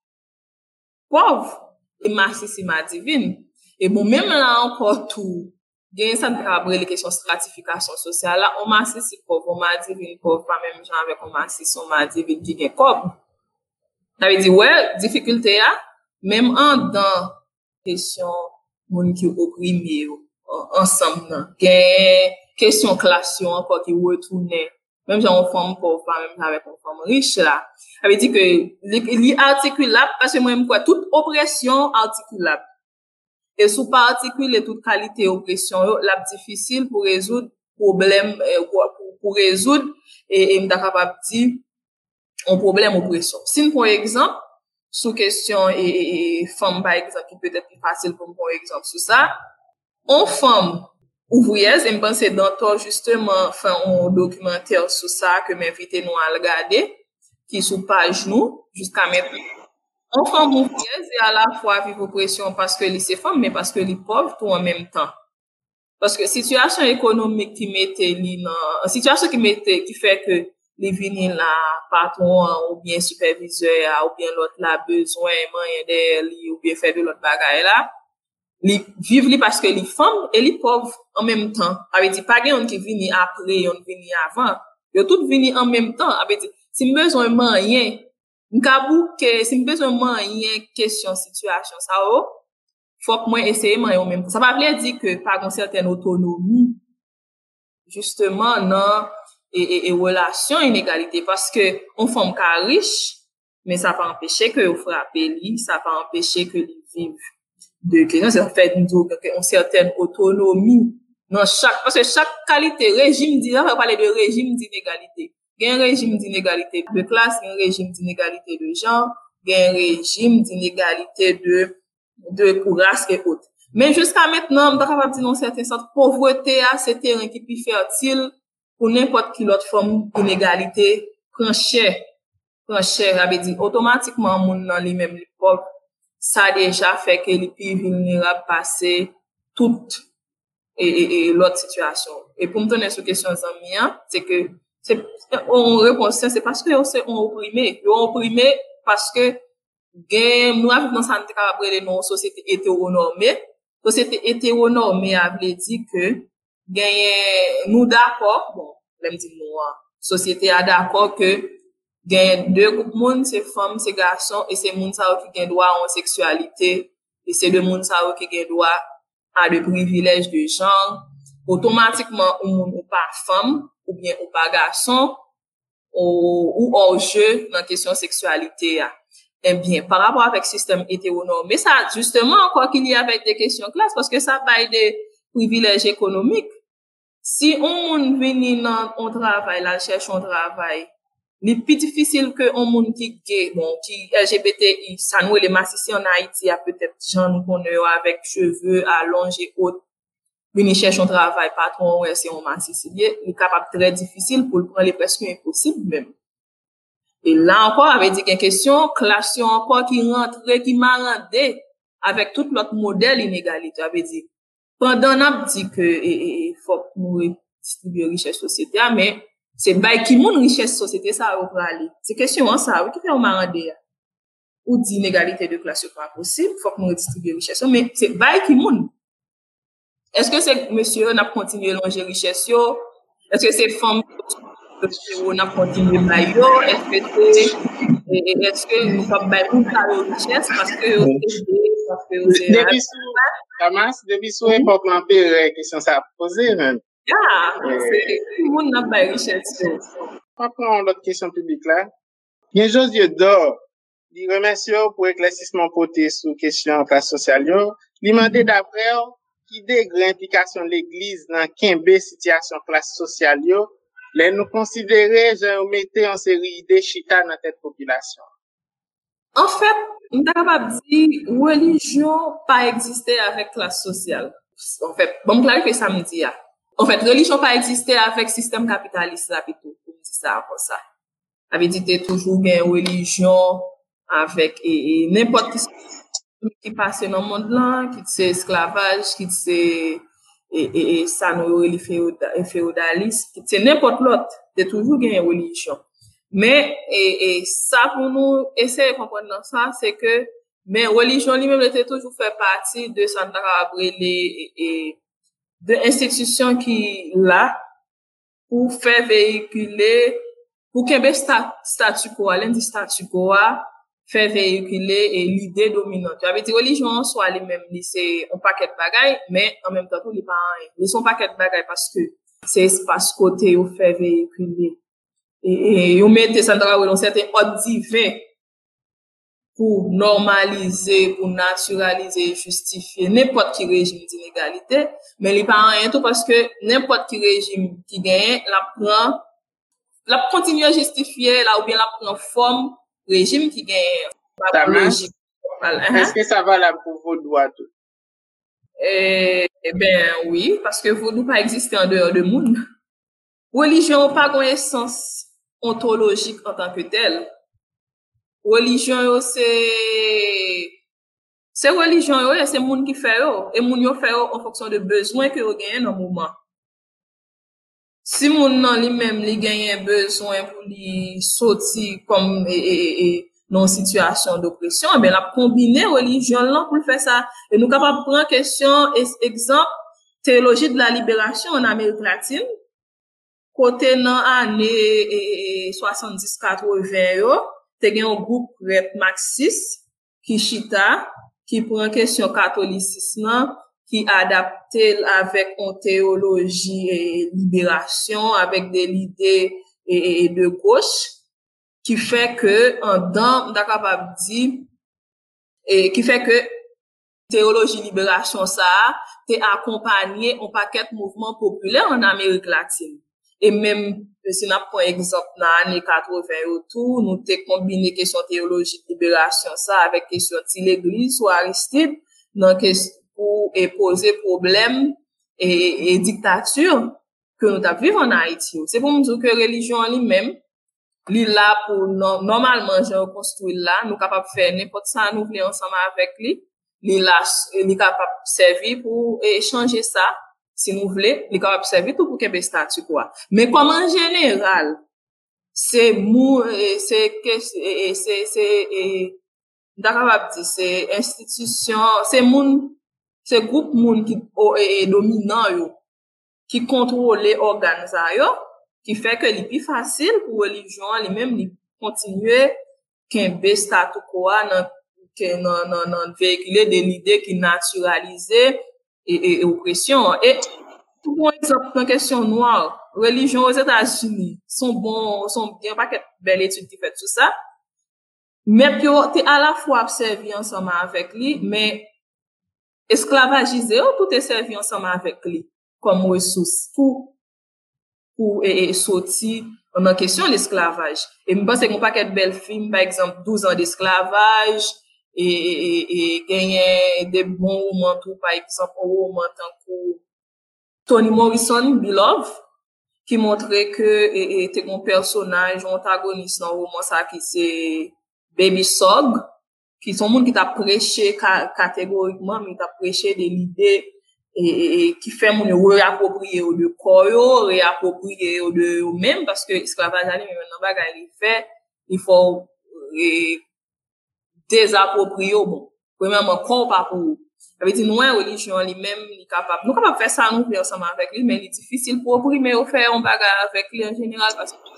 pauvre et assisté ma divine et bon même là encore tout gain ça de cabrer les questions stratification sociale là on m'a assisté pauvre on m'a divine pauvre pas même gens avec on m'a assisté on m'a divine qui gain cob ça veut dire ouais difficulté là même en dans question moun qui opprimé ensemble gain question classe encore qui retourner même genre femme pauvre même avec une femme riche là ça veut dire que li articulable parce que moi même quoi toute oppression articulable et sous pas articuler toute qualité oppression la difficile pour résoudre problème pour, pour résoudre et et m'ta capable dire un problème oppression si pour exemple sous question et, et, et femme par exemple qui peut être plus facile pour un exemple sur ça on femme ouvrière et me penser dans toi justement faire un documentaire sur ça que m'inviter nous à regarder qui sous page nous jusqu'à maintenant on femme ouvrière et à la fois vivre oppression parce que les c'est femme mais parce que les pauvres tout en même temps parce que situation économique qui mettait li dans situation qui mettait qui fait que les venir là patron ou bien superviseur ou bien l'autre là besoin moyen d'elle ou bien faire de l'autre bagaille là li vivre li parce que les femmes et les pauvres en même temps avait dit pas gagne qui venir après on venir avant yo tout venir en même temps avait dit si besoin moyen m'kabou que si besoin moyen question situation ça oh faut que moi essayer moyen en même temps ça va veut dire que par une certaine autonomie justement non et, et, et relation inégalité parce que on femme ka riche mais ça pas empêcher que frappe lui ça pas empêcher que lui vive de que ça fait nous une certaine autonomie dans chaque parce que chaque qualité régime dit on va parler de régime d'inégalité il y a un régime d'inégalité de classe il y a un régime d'inégalité de genre il y a un régime d'inégalité de de race et autres mais jusqu'à maintenant on doit capable dire dans certains sens pauvreté à c'est terrain qui plus fertile pour n'importe quelle autre forme d'inégalité prend cher prend cher ça veut dire automatiquement moun nan lui même les pauvres ça déjà fait que les plus vulnérables passer toute et, et, et l'autre situation et pour me donner sur question zamia c'est que c'est on répond c'est parce que c'est on opprimé on opprimé parce que gain nous avons dans ça capable non société hétéronormée société hétéronormée a veut dire que gain nous d'accord bon l'aime dit nous société a d'accord que gain deux groupes monde c'est femmes c'est garçons et c'est monde ça qui gain droit en sexualité et c'est le monde ça qui gain droit à des privilèges de genre automatiquement on monde ou pas femme ou bien ou pas garçon ou ou hors jeu dans question sexualité eh bien par rapport avec système hétéronormé ça justement encore qu'il y a avec des questions classe parce que ça va des privilèges économiques si on moun vini dans on travail, la cherche un travail, c'est plus difficile que on moun qui gay, bon, qui L G B T I, ça nous les massissi en Haïti, a peut-être gens nous connaît avec cheveux allongés haut, venir chercher un travail, patron, ouais, c'est un massissi, il est capable très difficile pour le prendre, il est presque impossible même. Et là encore, avait dit qu'une question, classe encore qui rentre, qui m'a rendu avec tout l'autre modèle inégalité, avait dit. Pendant on a dit que, et, et, faut nous distribuer richesse société, mais c'est bail qui moun richesse société, ça va pour aller. C'est question, ça, oui, qui fait on m'a rendu. Ou dit inégalité de classe, c'est pas possible, faut que nous redistribuer richesse, mais c'est bail qui moun. Est-ce que c'est monsieur, on a continué à longer richesse, est-ce que c'est femme, on a continué bail, est-ce que c'est, est-ce que nous sommes bail pour la richesse, parce que, parce que, depuis sous, Damas, depuis sous, il faut qu'on peut la question ça a posé, même. Ah, c'est, tout le monde n'a pas richesse. On va prendre l'autre question publique là. Bien, Josieu d'or, il remercie pour éclaircissement porté sur question classe sociale. Il m'a demandé d'après, qui degré implication de l'église dans quinze situation classe sociale, les nous considérer, j'ai metté en série idées chita dans cette population. En fait, on est capable de dire, religion pas exister avec classe sociale. En fait, bon, clarifier ça me dit, en fait, religion pas exister avec système capitaliste, là, plutôt, pour dire ça, comme ça. Avait dit, t'es toujours une religion avec, et, et n'importe qui qui passe dans le monde là, qui c'est esclavage, qui c'est, et, et, et ça nous est féodalisme, qui c'est n'importe l'autre, t'es toujours une religion. Mais, et, et ça pour nous, essayer de comprendre dans ça, c'est que, mais religion lui-même était toujours fait partie de Santa Gabriel et, et de institutions qui, là, pour faire véhiculer, pour qu'il y ait un statu quo, l'un du statu quo, faire véhiculer l'idée dominante. Tu avais dit religion en soi, lui-même, c'est un paquet de bagailles, mais en même temps, tout n'est pas rien. Ils sont paquet de bagailles parce que c'est espace côté où fait véhiculer. Et, et, on mettait ça dans un certain ordre divin pour normaliser, pour naturaliser, justifier n'importe qui régime d'inégalité, mais il n'y a pas rien tout parce que n'importe qui régime qui gagne, la prend, la continue à justifier, là, ou bien la prend forme, régime qui gagne. Est-ce que ça va là pour vos droits tout? Eh, eh ben, oui, parce que vous ne pas exister en dehors de monde. Religion n'a pas une essence ontologique en tant que telle. Religion, c'est, c'est religion, c'est monde qui fait, et monde qui fait en fonction de besoins que vous gagnez dans le moment. Si moun nan li même li gagne besoin pour li sortir comme et, et, et dans situation d'oppression, ben la combiner religion là pour faire ça. Et nous capable prendre question exemple théologie de la libération en Amérique latine. Côté dans année soixante-dix quatre-vingts yo, te gen un groupe rep marxiste qui chita qui prend question catholicisme qui adapté avec une théologie et libération avec des idées et, et de gauche qui fait que en dans capable dire et qui fait que théologie libération ça t'est accompagné un paquet de mouvements populaires en Amérique latine et même si on prend exemple dans l'année quatre-vingts autour nous t'ai combiné question théologie libération ça avec question de l'église ou Aristide dans question pour et poser problème et, et dictature que nous avons vécu en Haïti. C'est pour nous dire que religion en lui-même, li là pour no, normalement je construire là, nous capable faire n'importe ça nous voulons ensemble avec lui, li là li capable servir pour échanger ça si nous voulons, li capable servir tout pour qu'il y ait statut quoi. Mais comme en général, c'est mou c'est que c'est c'est c'est capable dire c'est institution, c'est moun c'est groupe moun qui est dominant yo qui contrôle les organes ça yo qui fait que c'est plus facile pour religion les même li continuer qu'un statu quo dans dans dans dans véhiculer des idées qui naturaliser et et oppression et pour exemple en question noire religion aux États-Unis sont bons sont bien pas que belle étude qui fait tout ça mais puis tu à la fois observer ensemble avec lui mais esclavagisé ou tout est servi ensemble avec lui comme ressource pour pour et, et sortir en question l'esclavage. Et je pense qu'on pas qu'être bel film, par exemple, douze ans d'esclavage, et, et, et gagner des bons romans, par exemple, un roman tant que Toni Morrison, Beloved, qui montrait que était un personnage, un antagoniste dans le roman, ça, qui c'est Baby Sog, qui sont monde qui t'a prêché catégoriquement, mais t'a prêché des idées et, et qui fait mon réapproprier de corps, réapproprier de eux-mêmes, parce que l'esclavage, maintenant, bagaille, il fait, il faut et, désapproprier, bon, premièrement, corps pas pour vous. Ça veut dire, nous, la religion, lui-même, il est capable, nous, capable de faire ça, nous, ensemble avec lui, mais il est difficile pour opprimer ou faire un bagage avec lui en général, parce que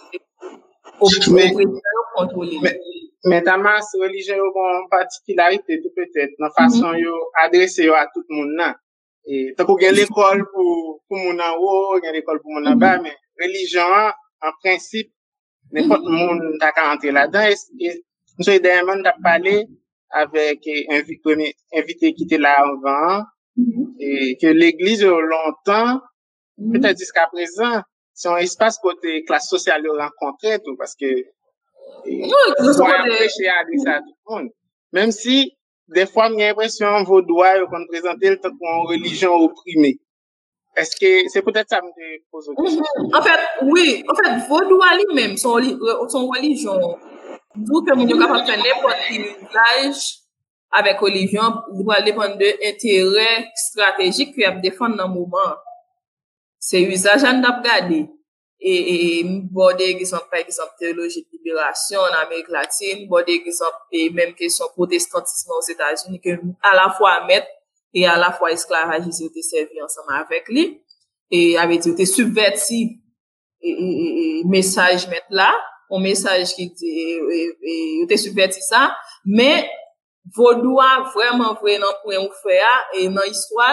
c'est mais, contrôler. Mais, mais Tamas, religion a une particularité, tout peut-être, dans la façon Mm-hmm. yo adresser yo à tout le monde. Et, tant qu'on a l'école pour, pour mon en haut, il y a l'école pour mon en bas, mais religion, en principe, n'importe mm-hmm. monde t'a qu'à entrer là-dedans. Et, et, monsieur Diamond t'a parlé avec un premier invité qui était là avant, mm-hmm. et que l'église, longtemps, mm-hmm. peut-être jusqu'à présent, c'est un espace côté classe sociale rencontrée, tout, parce que, et, non, faut empêcher à dire ça à tout le monde. Même si, des fois, j'ai l'impression, vos doigts, qu'on présente le temps qu'on religion opprimée. Est-ce que, c'est peut-être ça que je me pose une question. Mm-hmm. En fait, oui. En fait, vos doigts lui-même, son, son religion, d'où que vous êtes capable de faire n'importe quel usage avec religion, vous doit dépendre de l'intérêt stratégique que vous défendre dans le moment. C'est usage à nous regarder. Et, et, bon, des exemples, par exemple, théologie de libération en Amérique latine, bon, des exemples, et même question protestantisme aux États-Unis, que à la fois mettre et à la fois esclavage, ils ont été servis ensemble avec lui, et avec dit, ils ont subverti, et, et, et, message mettre là, un message qui dit, et, et, ils ont subverti ça, mais, vos doigts, vraiment, vraiment, pour un faire, et dans l'histoire,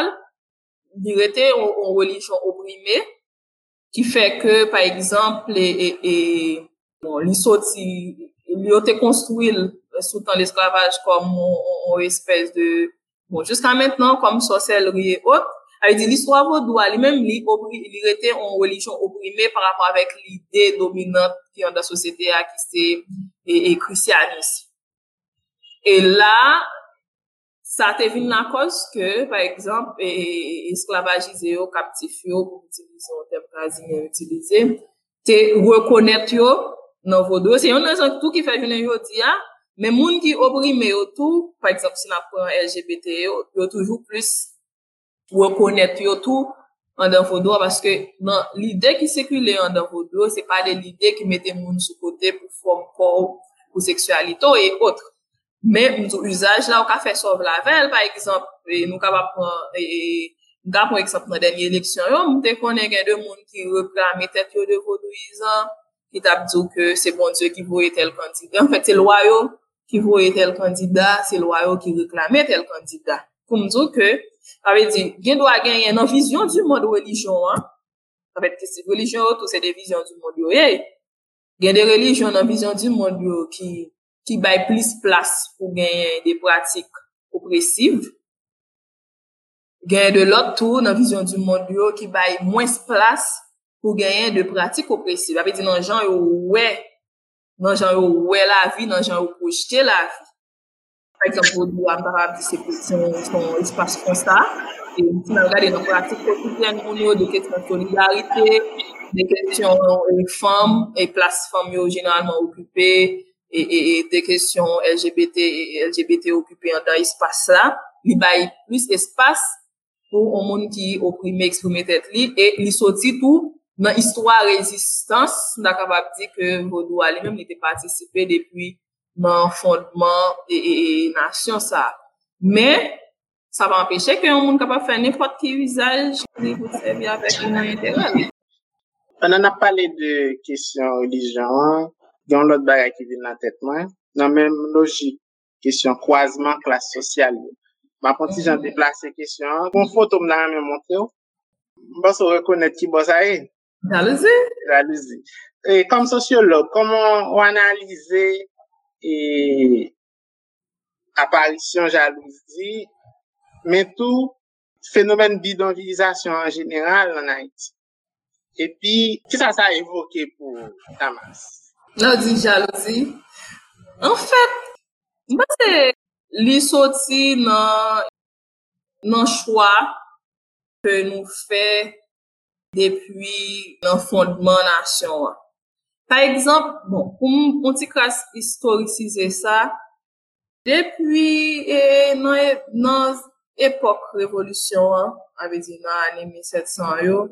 il était en religion opprimée, qui fait que, par exemple, et, et, et bon, il sorti, il a été construit sous temps l'esclavage comme une espèce de, bon, jusqu'à maintenant, comme sorcellerie et autres. Elle dit, l'histoire vaudois, lui-même, il, il était en religion opprimée par rapport avec l'idée dominante qui est dans la société, qui c'est, et, et christianisme. Et là, ça te vient la cause que, par exemple, esclavagisé ou captifié, pour utiliser un terme quasi bien utilisé, te reconnaître yo dans vos dos. C'est une raison tout qui fait venir yo dire, mais moun qui opprimé tout, par exemple, si on prend L G B T, yo, yo toujours plus reconnaître yo tout en dans vos dos, parce que non, l'idée qui circule en dans vos dos, c'est pas l'idée qui mettait moun sous côté pour forme corps, pour sexualité et autres. Mais, nous, usage, là, on a fait sauver la veille, par exemple, et nous, capable prendre, et, nous, par exemple, dans la dernière élection, nous, te connaît qu'il y a deux monde qui réclament tête de vaudouisants, qui t'a dit que c'est bon Dieu qui voit tel candidat. En fait, c'est le royaume qui voit tel candidat, c'est le royaume qui réclame tel candidat. Pour me dire que, avait dit, il doit gagner une vision du monde religion, hein. En fait, c'est religion, tout c'est des visions du monde, hey. Il y a des religions dans la vision du monde, qui, qui baille plus place pour gagner des pratiques oppressives. Gagner de l'autre tour dans la vision du monde qui baille moins place pour gagner de pratiques oppressives. Avec dit dans gens ouais, dans gens ouais la vie, dans gens projeter la vie. Par exemple, pour nous arabe c'est son son espace comme ça et si on regarde dans pratique quotidienne pour nous des questions de solidarité, des questions de femmes et place femmes généralement occupées. Et, et, et des questions L G B T et L G B T occupées dans l'espace là, il baille plus espace pour un monde qui opprimé exprimer tête li et il sorti tout dans histoire résistance, on est capable de dire que Vaudois lui-même était participé depuis dans fondement et, et, et nation ça. Mais ça va empêcher que un monde capable faire n'importe quel usage pour servir avec un intérêt. On en a parlé de questions religion. Il y a l'autre bagage qui vient dans la tête, moi. Dans la même logique, question croisement classe sociale. Ma petit j'en déplace question. Mon photo me l'a même montré. Bon, se reconnaître qui bosse à elle. Jalousie. Jalousie. Et comme sociologue, comment on analyse et apparition jalousie, mais tout phénomène bidonvillisation en général en Haïti. Et puis, qui ça ça a évoqué pour Damas? Non, dit jalousie. En fait, moi, c'est li sorti dans dans choix que nous fait depuis le fondement nation. Par exemple, bon, pour mon petit classe historiciser ça, depuis eh, dans dans époque révolution, avait dit dans l'année mille sept cents yo,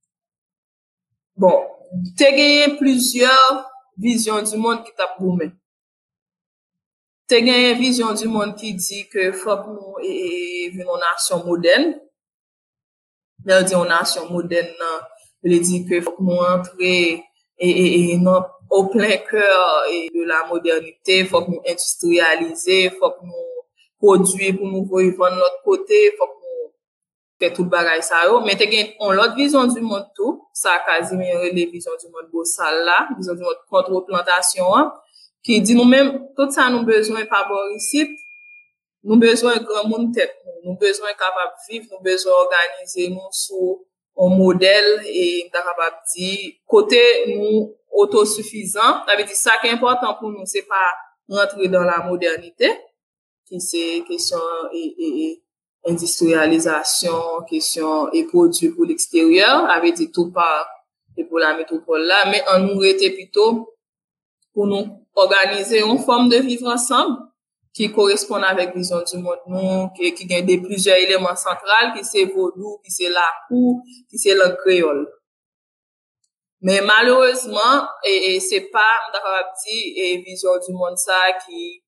bon, t'es gagné plusieurs visions du monde qui t'a boumé. T'es gagné une vision du monde qui dit que faut que nous et une nation moderne. Là, dit une nation moderne, il dit que faut que nous entrer et, et, et non, au plein cœur et de la modernité, faut que nous industrialiser, faut que nous produire pour nous vendre notre côté, faut que nous faire tout le bagage ça yo. Mais t'es gagné on l'autre vision du monde tout, ça quasiment les visions du monde bossal là, vision du monde contre plantation hein, qui dit nous même tout ça nous besoin pas boricite, nous besoin grand monde tête, nous besoin capable vivre, nous besoin organiser nous sous un modèle et capable dire côté nous autosuffisant, ça veut dire ça qui est important pour nous c'est pas rentrer dans la modernité qui c'est question et, et, et industrialisation, question et produits pour l'extérieur, avait dit tout par et pour la métropole là, mais en nous était plutôt pour nous organiser une forme de vivre ensemble qui correspond avec vision du monde nous, qui, qui gagne des plusieurs éléments centraux, qui c'est vaudou, qui c'est la cour, qui c'est le créole. Mais malheureusement, et, et c'est pas, d'accord, dit, et vision du monde ça qui,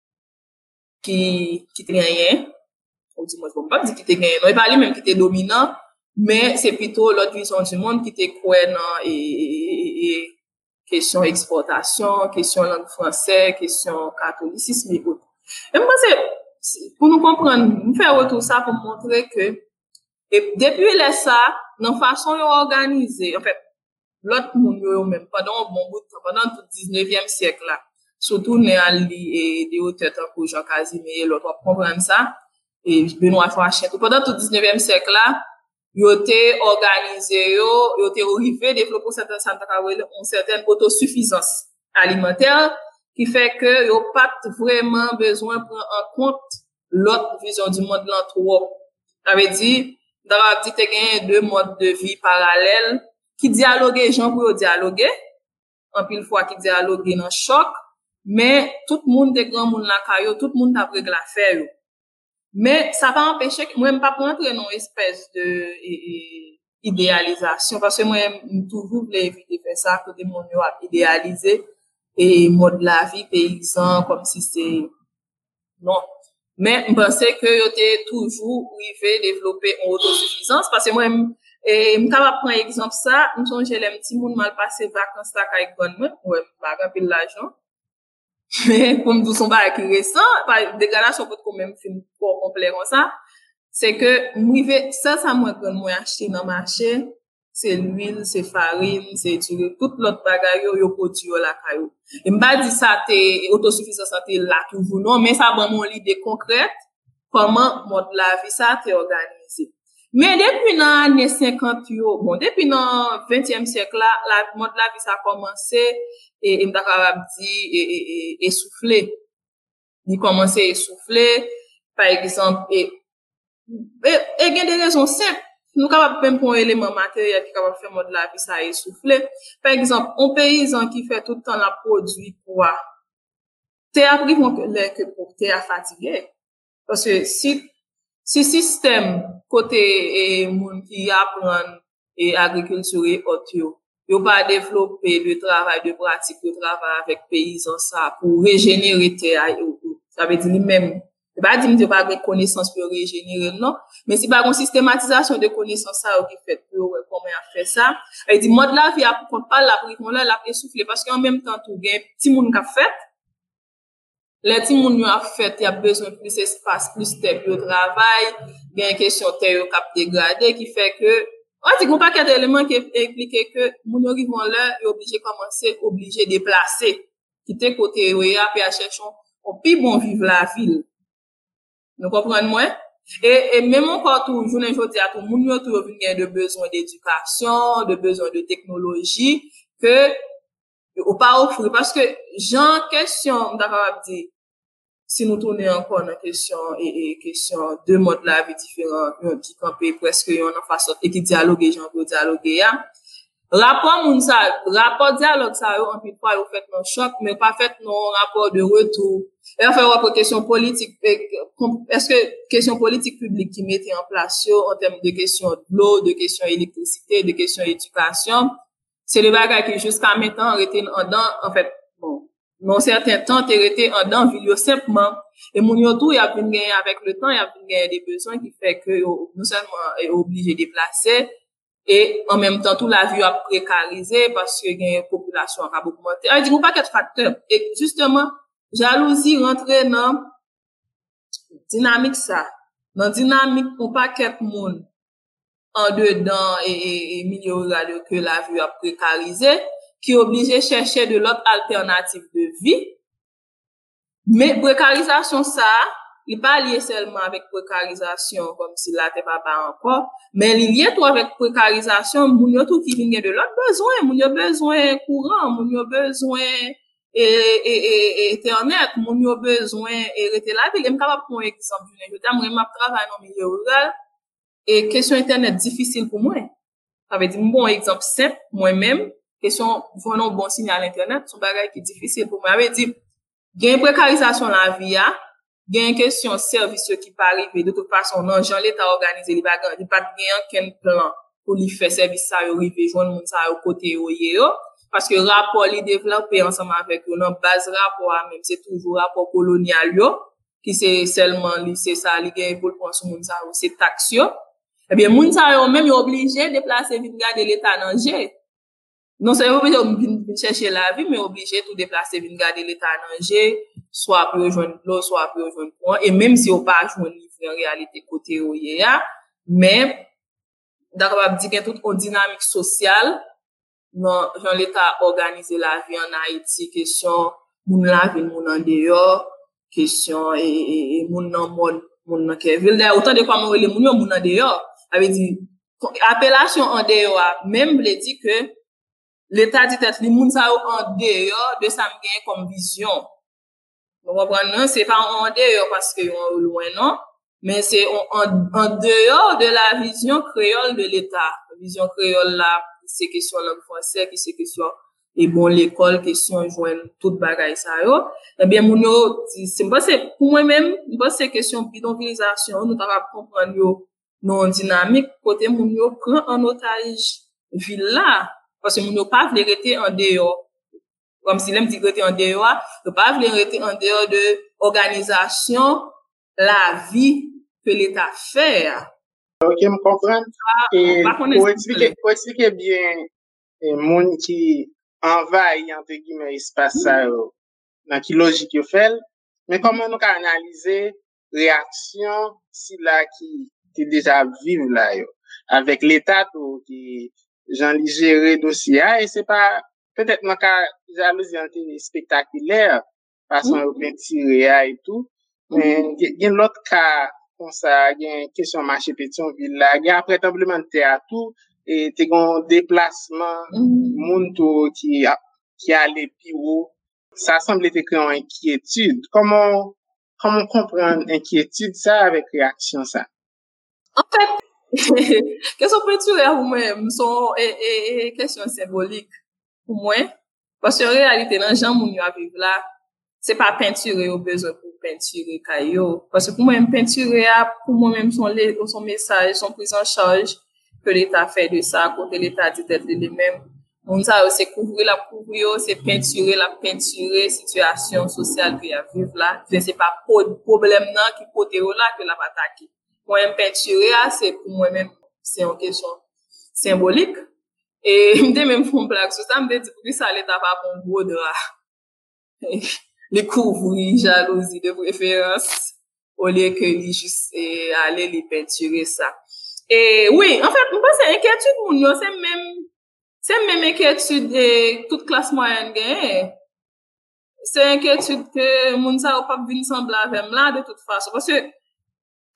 qui, qui te rien. On dit, moi, je ne peux pas dire qui te rien. Non, il parle même qui te dominant, mais c'est plutôt l'autre vision du monde qui te croit dans, et, et, et, question exportation, question langue française, question catholicisme et autres. Et moi, c'est, pour nous comprendre, nous faire retour ça pour montrer que, et depuis les ça, dans façon organisée, en fait, l'autre monde, même pendant un bon bout de temps, pendant tout le dix-neuvième siècle là, surtout né à et des auteurs comme Jean Casimir, l'autre, on comprend ça, et Benoît Frachet, pendant tout le dix-neuvième siècle là, yo té organisé yo, yo té arrivé développer une certaine autosuffisance alimentaire qui fait que yo pas vraiment besoin prendre en compte l'autre vision du monde là trop. Ça veut dire dans la dit té deux modes de vie parallèles qui dialoguer gens pour dialoguer en pile fois qui dialoguer dans choc mais tout le monde des grand monde la caillou tout le monde a règle à faire. Mais ça va empêcher que moi même pas rentrer dans une espèce de et, et, idéalisation parce que moi j'aime toujours voulais éviter faire ça que des monde a idéalisé et mode la vie paysan comme si c'est non mais je pensais que yo était toujours arrivé développer une autosuffisance parce que moi et me capable prendre exemple ça me songe les petits monde mal passer vacances là avec bonne moi ouais pas grand pile l'argent. Mais pour me dire son bail qui récent, par dégradation peut quand même film pour complet comme ça, c'est que m'rivé ça ça moi grand moi acheter dans marché, c'est l'huile, c'est farine, c'est du tout l'autre bagaille yo produit la caillou. Et m'pa dit ça t'es autosuffisance santé là toujours non, mais ça bon mon idée concrète comment mode la vie ça t'est organisé. Mais depuis dans années cinquante yo, bon depuis dans vingtième siècle là, la mode la vie ça a commencé et m'ta capable dire et et et essouffler. Il commencer à essouffler par exemple et et il y a des raisons simples. Nous capable même pour un élément matériel qui capable faire mode la vie ça essouffler. Par exemple, un paysan qui fait tout le temps la produit quoi. T'es appris que que pour t'es fatigué parce que si si système côté et moun qui apprend et agriculture et autres yo pas développer le travail de pratique de travail avec paysans ça pour régénérer terre ça veut dire même c'est pas dire que pas de connaissance pour régénérer non mais c'est pas une systématisation de connaissances ça qui fait pour comment faire ça et dit mode la vie a pour pas la pour là la essouffler parce qu'en même temps tout gain petit monde qui fait les petits moun yo a fait y a besoin plus espace plus terre pour travail gain question terre cap dégradé qui fait que on dit qu'on pas qu'il y a des éléments qui expliquent que moun yo vivant là est obligé commencer obligé déplacer quitter côté yo et chercher on plus bon vivre la ville nous comprenons moi Et, et même encore tout, je ne dis à tout le monde, il y a de besoin d'éducation, de besoin de technologie, que, ou pas offrir, parce que, j'en question, d'accord, dire, si nous tournons encore dans question, et, et question de mode de la vie différents, qui campent presque, y en façon, et qui dialogue, j'en peux dialoguer, hein. Rapport moun sa, rapport dialogue ça yo en plus fois yo fait non choc mais pas fait non rapport de retour. Et on fait rapport question politique est-ce que question politique publique qui mettait en place yo en termes de question de l'eau, de question électricité, de question éducation, c'est le bagage qui jusqu'à maintenant été en dedans en fait bon, non certain temps été en dedans ville simplement et moun yo tout y a vinn gagner avec le temps, y a vinn gagner des besoins qui fait que non seulement est obligé de déplacer et en même temps tout la vie a précarisé parce que il y a une population qui a beaucoup augmenté. Alors dit pas quatre facteurs et justement jalousie rentrer dans dynamique ça. Dans dynamique on pas quatre monde en dedans et, et, et milieu rural que la vie a précarisé qui est obligé chercher de l'autre alternative de vie. Mais précarisation ça il pas lié seulement avec précarisation comme si là t'es pas pas encore mais il lié tout avec précarisation moun yo tout qui vient de l'autre besoin moun yo besoin courant moun yo besoin et et et internet moun yo besoin et rester la ville. Je capable prendre un exemple je dis moi m'a travaille dans milieu rural et question internet difficile pour moi. Ça veut dire bon exemple simple moi même question vraiment bon signal internet son bagage qui difficile pour moi. Ça veut dire gain précarisation la vie a il y a une question service qui pas arriver de toute façon non Jean l'état organisé il pas il pas gain aucun plan pour lui faire service ça yo arriver joindre monde ça au côté yo parce que rapport li développer ensemble avec eux dans base rapport même c'est toujours rapport colonial yo qui c'est seulement li c'est ça li gain pour prendre sur monde ça c'est taxe yo et bien monde ça yo même obligé déplacer vite garder l'état dans G. Non c'est obligé de chercher la vie mais obligé tout déplacer vite garder l'état dans G. Soit pour rejoindre l'eau, soit pour rejoindre point. Et même si on pas joindre en réalité côté où il y a, mais, d'accord, on dit qu'il y a toute une dynamique sociale, dans, dans l'état organisé la vie en Haïti, question, moun la vie, moun en dehors, question, et, et, et moun en mode, moun en Keville. D'ailleurs, autant de fois, moun les moun moun en dehors, avait dit, appellation en dehors, même, le dit que, l'état dit être les moun sa en dehors de ça m'gagne comme vision. Vous comprenez, c'est pas en dehors parce qu'ils sont loin, non, mais c'est en, en dehors de la vision créole de l'État. La vision créole là, c'est question langue française, qui c'est question, et bon, l'école, question joindre toute bagaille ça, yo. Eh bien, mon yo, c'est, c'est, pour moi-même, c'est question bidonvillisation, nous t'avons comprendre yo, non dynamique, côté mon yo prend en otage, ville là, parce que mon yo pas voulu rester en dehors. Comme si l'aime dit rester en dehors, ne pas vouloir rester en dehors de organisation, la vie que l'État fait. Ok, me comprendre. Et pour expliquer, pour expliquer bien, les monde qui envahit, entre guillemets, espace, ça, dans qui logique yo fait, mais comment nous analyser réaction, si là, qui, qui déjà vive là, yo, avec l'État, ou qui, j'en lis gérer dossier, et c'est pas, peut-être dans cas jalousie spectaculaire façon mm. bien tiré et tout mais il y a l'autre cas comme ça il y a une question marché Pétionville là il y a après tremblement de terre tout et t'es un déplacement monde mm. qui qui allait plus haut ça semble être créer une inquiétude comment comment comprendre inquiétude ça avec réaction ça en fait question peinture ou même sont et, et question symbolique pour moi parce que en réalité dans gens moun yo a vivre là c'est pas peinturer au besoin pour peinturer caillou parce que pour moi même peinturer pour moi même son son message son prise en charge que l'état fait de ça côté l'état dit être les mêmes on ça c'est couvrir la couvrir c'est peinturer la peinturer situation sociale que y a vivre là c'est pas problème là qui côté là que la attaquer moi même peinturer c'est pour moi même c'est une question symbolique. Et je me même font blague sur ça, me dit pour ça l'état pas bon gros drap. Les couvrir jalousie de préférence au lieu que lui juste eh, aller les peinturer ça. Et oui, en fait, je pense que inquiétude moun yo c'est même c'est même inquiétude de toute classe moyenne gagne. C'est inquiétude que moun sa ou pas venir sembler avec là de toute façon parce que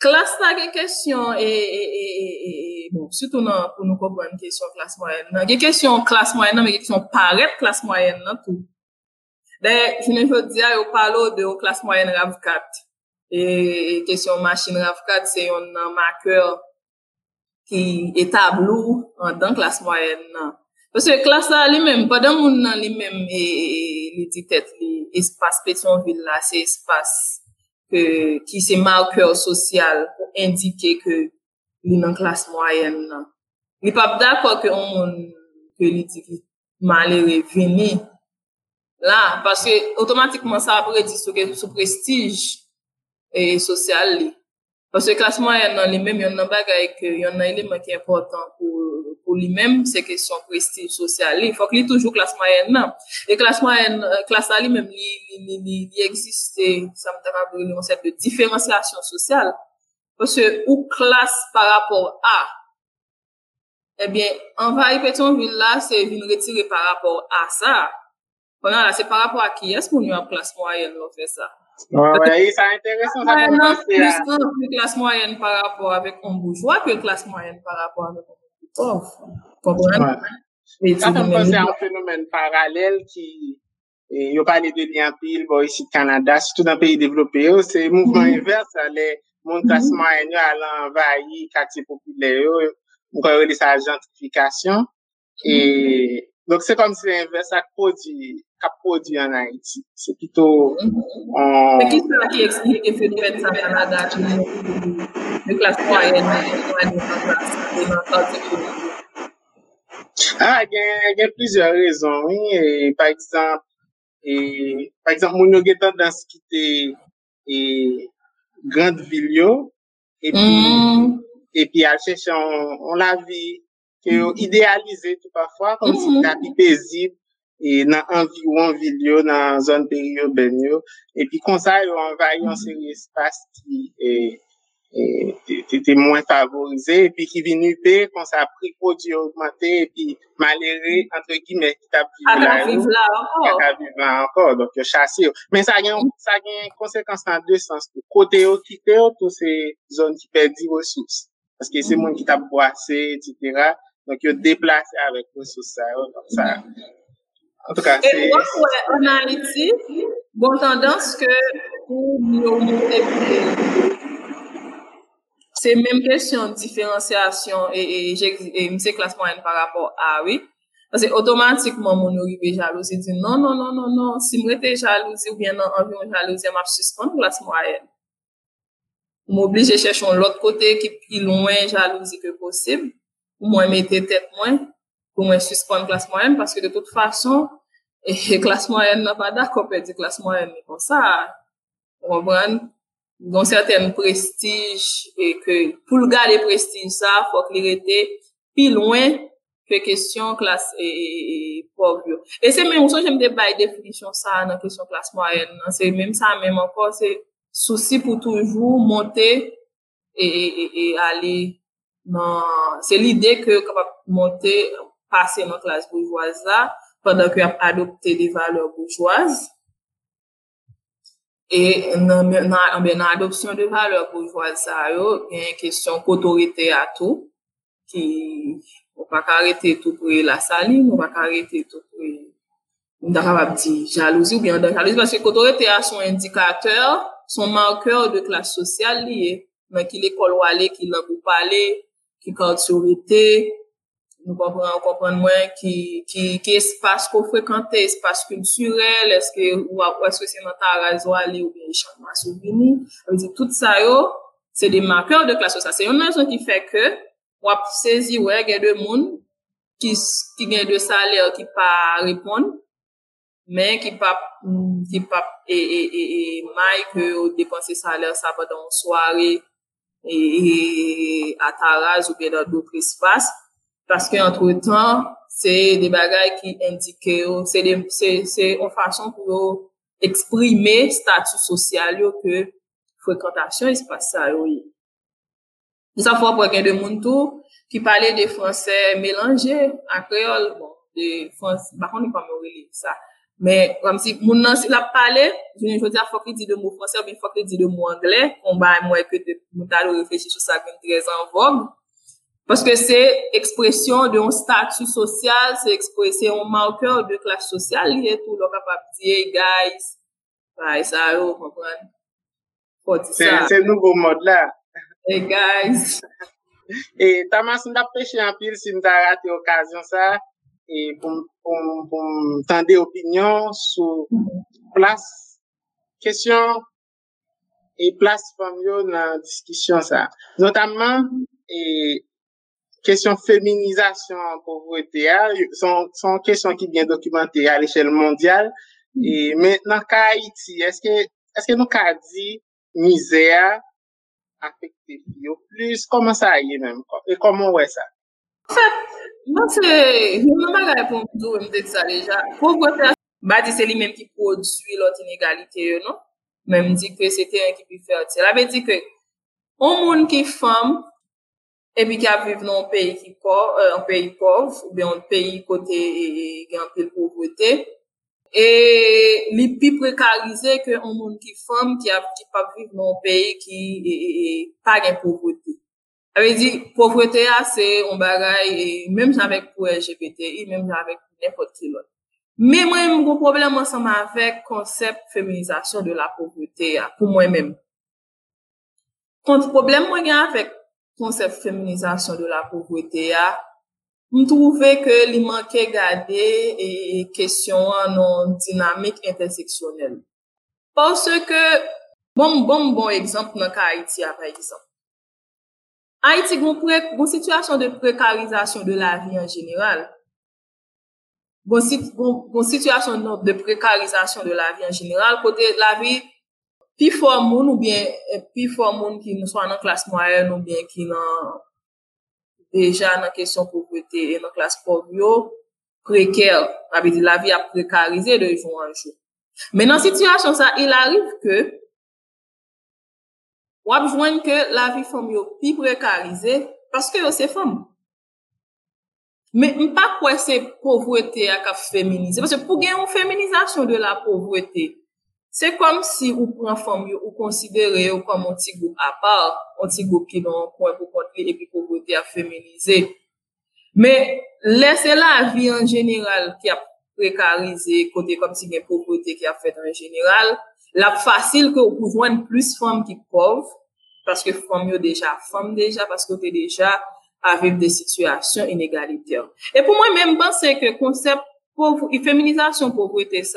classe là, une question, et, et, et, et, bon, surtout non, pour nous comprendre une question classe moyenne, non, une question classe moyenne, mais une question paraître classe moyenne, non, tout. D'ailleurs, je ne veux dire, on parle de classe moyenne RAV quatre. Et question machine RAV quatre, c'est un marqueur qui est tableau dans classe moyenne. Parce que classe là, lui-même, pas dans moun nan lui-même, et, les dit tête, l'espace Pétionville là, c'est espace que, qui c'est marqueur social pour indiquer que il est dans classe moyenne. Il n'est pas d'accord que on, que il dit malheureux vini là, parce que automatiquement ça après dit sous prestige et social. Parce que classe moyenne dans lui-même, il y a un bagage que il y a un élément qui est important pour pour lui-même, c'est question prestige social. Il faut qu'il ait toujours classe moyenne non. Et classe moyenne classe là lui-même il il il existe ça me rappelle le concept de différenciation sociale. Parce que ou classe par rapport à eh bien envahir Pétionville là, c'est venir retirer par rapport à ça. Pendant là, c'est par rapport à qui est-ce qu'on y a en classe moyenne on fait ça. Ouais, ouais, c'est intéressant ça fait penser à plus classe moyenne par rapport avec un bourgeois que classe moyenne par rapport avec un pauvre. Comprendre? Ouais. Ça fait penser à un phénomène parallèle qui il y a parlé de lien pile bon ici au Canada, surtout dans les pays développés, c'est mouvement mm-hmm. inverse, les mon classe mm-hmm. moyenne allant envahir quartier populaire, on connaît ça gentrification mm-hmm. et donc c'est comme si l'inverse a produit a produit en Haïti. C'est plutôt mm-hmm. Mais qui c'est qui explique le phénomène ça au Canada de classe moyenne Ah, il y a plusieurs raisons, oui, et par exemple et par exemple mon yo tendance quitter et grande ville et puis mm. et puis à chercher on, on la vie que idéalisé tout parfois comme mm-hmm. si la vie paisible et dans environ ville dans zone périurbaine et puis comme ça on envahi un série espace qui est et était moins favorisé et puis qui venu payer quand ça a pris produit augmenté et puis malheureux entre guillemets qui t'a vivre là encore à vivre là encore donc chasser mais ça a ça a une conséquence dans deux sens côté au quitter toutes ces zones qui perdent des ressources parce que c'est monde qui t'a boissé etc donc ils déplacé avec ressources ça donc ça en tout cas c'est et moi ouais, en Haïti bonne tendance que pour nous c'est même question de différenciation et, et, et, et c'est classe moyenne par rapport à oui. Parce que automatiquement, mon arrivé jalousie dit non, non, non, non, non. Si je suis jalousie ou bien environ jalousie, je vais suspendre classe moyenne. M'oblige à chercher l'autre côté qui est plus loin jalousie que possible. Pour moi, mettre tête moins, pour moi suspendre classe moyenne parce que de toute façon, et classe moyenne n'a pas d'accord pour dire classe moyenne comme ça. On va dans certains prestige et que pour le garder prestige ça faut qu'il était plus loin que question classe et, et, et pauvre et c'est même ça j'aime débat définition ça dans question classe moyenne c'est même ça même encore c'est souci pour toujours monter et, et, et aller dans c'est l'idée que capable monter passer dans classe bourgeoise là pendant que a adopté des valeurs bourgeoises. Et dans l'adoption de valeurs bourgeoises, il y a une question d'autorité à tout, qui, on va pas arrêter tout pour la saline, on va pas arrêter tout pour, on va pas dire jalousie ou bien jalousie, parce que l'autorité a son indicateur, son marqueur de classe sociale lié, donc qui l'école ou aller, qui l'a pour parler, qui autorité, nous comprenons, comprendre moins qui, qui, qui espace qu'on fréquente, espace culturel, est-ce que, ou, ou est-ce que c'est dans ta raison aller ou bien échangement souvenir. On dit, tout ça, yo, c'est des marqueurs de classe sociale. C'est une raison qui fait que, on a saisi, ouais, il y a des monde qui, qui gagnent de salaire, qui pas répondre, mais qui pas, qui pas, et, et, et, et, maille que dépenser salaire, ça pendant une soirée, et, et à Taraz ou bien dans d'autres espaces. Parce que entre temps c'est des bagages qui indiquent c'est des c'est c'est une façon pour exprimer statut social que fréquentation espace ça oui ça fois pour quelqu'un de monde tout qui parlait des français mélangés à créole bon des français par contre pas me relire ça Mais, comme si, moun nan, si la parler, je ne veux dire, faut qu'il dit le mot français, ou bien faut qu'il dit le mot anglais, on va, moi, que nous allons réfléchir sur ça, comme très en vogue. Parce que c'est expression d'un statut social, c'est expression un marqueur de classe sociale, il est tout, le capable de dire, hey, guys, bah, ça, vous comprenez? Faut dire ça. C'est le nouveau mode là. Hey, guys. Et Thomas, nous avons pêché en pile si nous avons raté l'occasion ça, et pour, pour, pour tendre opinion sur place, question et place familiale dans la discussion ça. Notamment, et question féminisation en pauvreté, sont, sont questions qui bien documentées à l'échelle mondiale. Et maintenant, qu'à Haïti, est-ce que, est-ce que nous avons dit misère affecté plus? Comment ça y est même? Et comment ouais ça? En fait, moi, c'est, je ne vais pas répondre tout, je me dis ça déjà. Pauvreté, bah, c'est lui-même qui produit l'autre inégalité, non? Même dit que c'était un qui peut faire. Ça veut dire que, un monde qui est femme, et puis qui a vécu dans un pays qui pauvre, euh, un pays pauvre, ou bien un pays côté, et, et, un peu de pauvreté, et les plus précarisés que un monde qui femme, qui a, qui pas vivre dans un pays qui, et, et, pas de pauvreté. Ça veut dire, pauvreté, c'est un bagage, même avec pour L G B T I, même avec n'importe qui l'autre. Mais moi, j'ai un problème ensemble avec le concept féminisation de la pauvreté, pour moi-même. Quand problème, moi, j'ai avec le concept féminisation de la pauvreté, je trouvais que il manquait garder et question en dynamique intersectionnelle. Parce que, bon, bon, bon exemple, dans Haïti, par exemple. Haïti, a une situation de précarisation de la vie en général. Bon, bon, situation de précarisation de la vie en général, côté la vie, plus fort moun ou bien, plus fort moun qui nous soit dans classe moyenne ou bien qui dans, déjà dans question pauvreté et dans classe pauvre, précaire, ça veut dire la vie a précarisé de jour en jour. Mais dans situation ça, il arrive que, on va joindre que la vie femme yo plus précarisée parce que c'est femme. Mais pas quoi c'est pauvreté à cap féminiser parce que pour gagner une féminisation de la pauvreté, c'est comme si ou prend femme yo ou considérer comme un petit groupe à part, un petit groupe qui dans point pour contrer et puis pauvreté à féminiser. Mais laisser la vie en général qui a précarisé côté comme si il y a pauvreté qui a fait en général, la facile que vous joindre plus femmes qui pauvres parce que femmes yo déjà femmes déjà parce que t'es déjà à vivre des situations inégalitaires. Et pour moi même penser que concept pauvre et féminisation pauvreté ça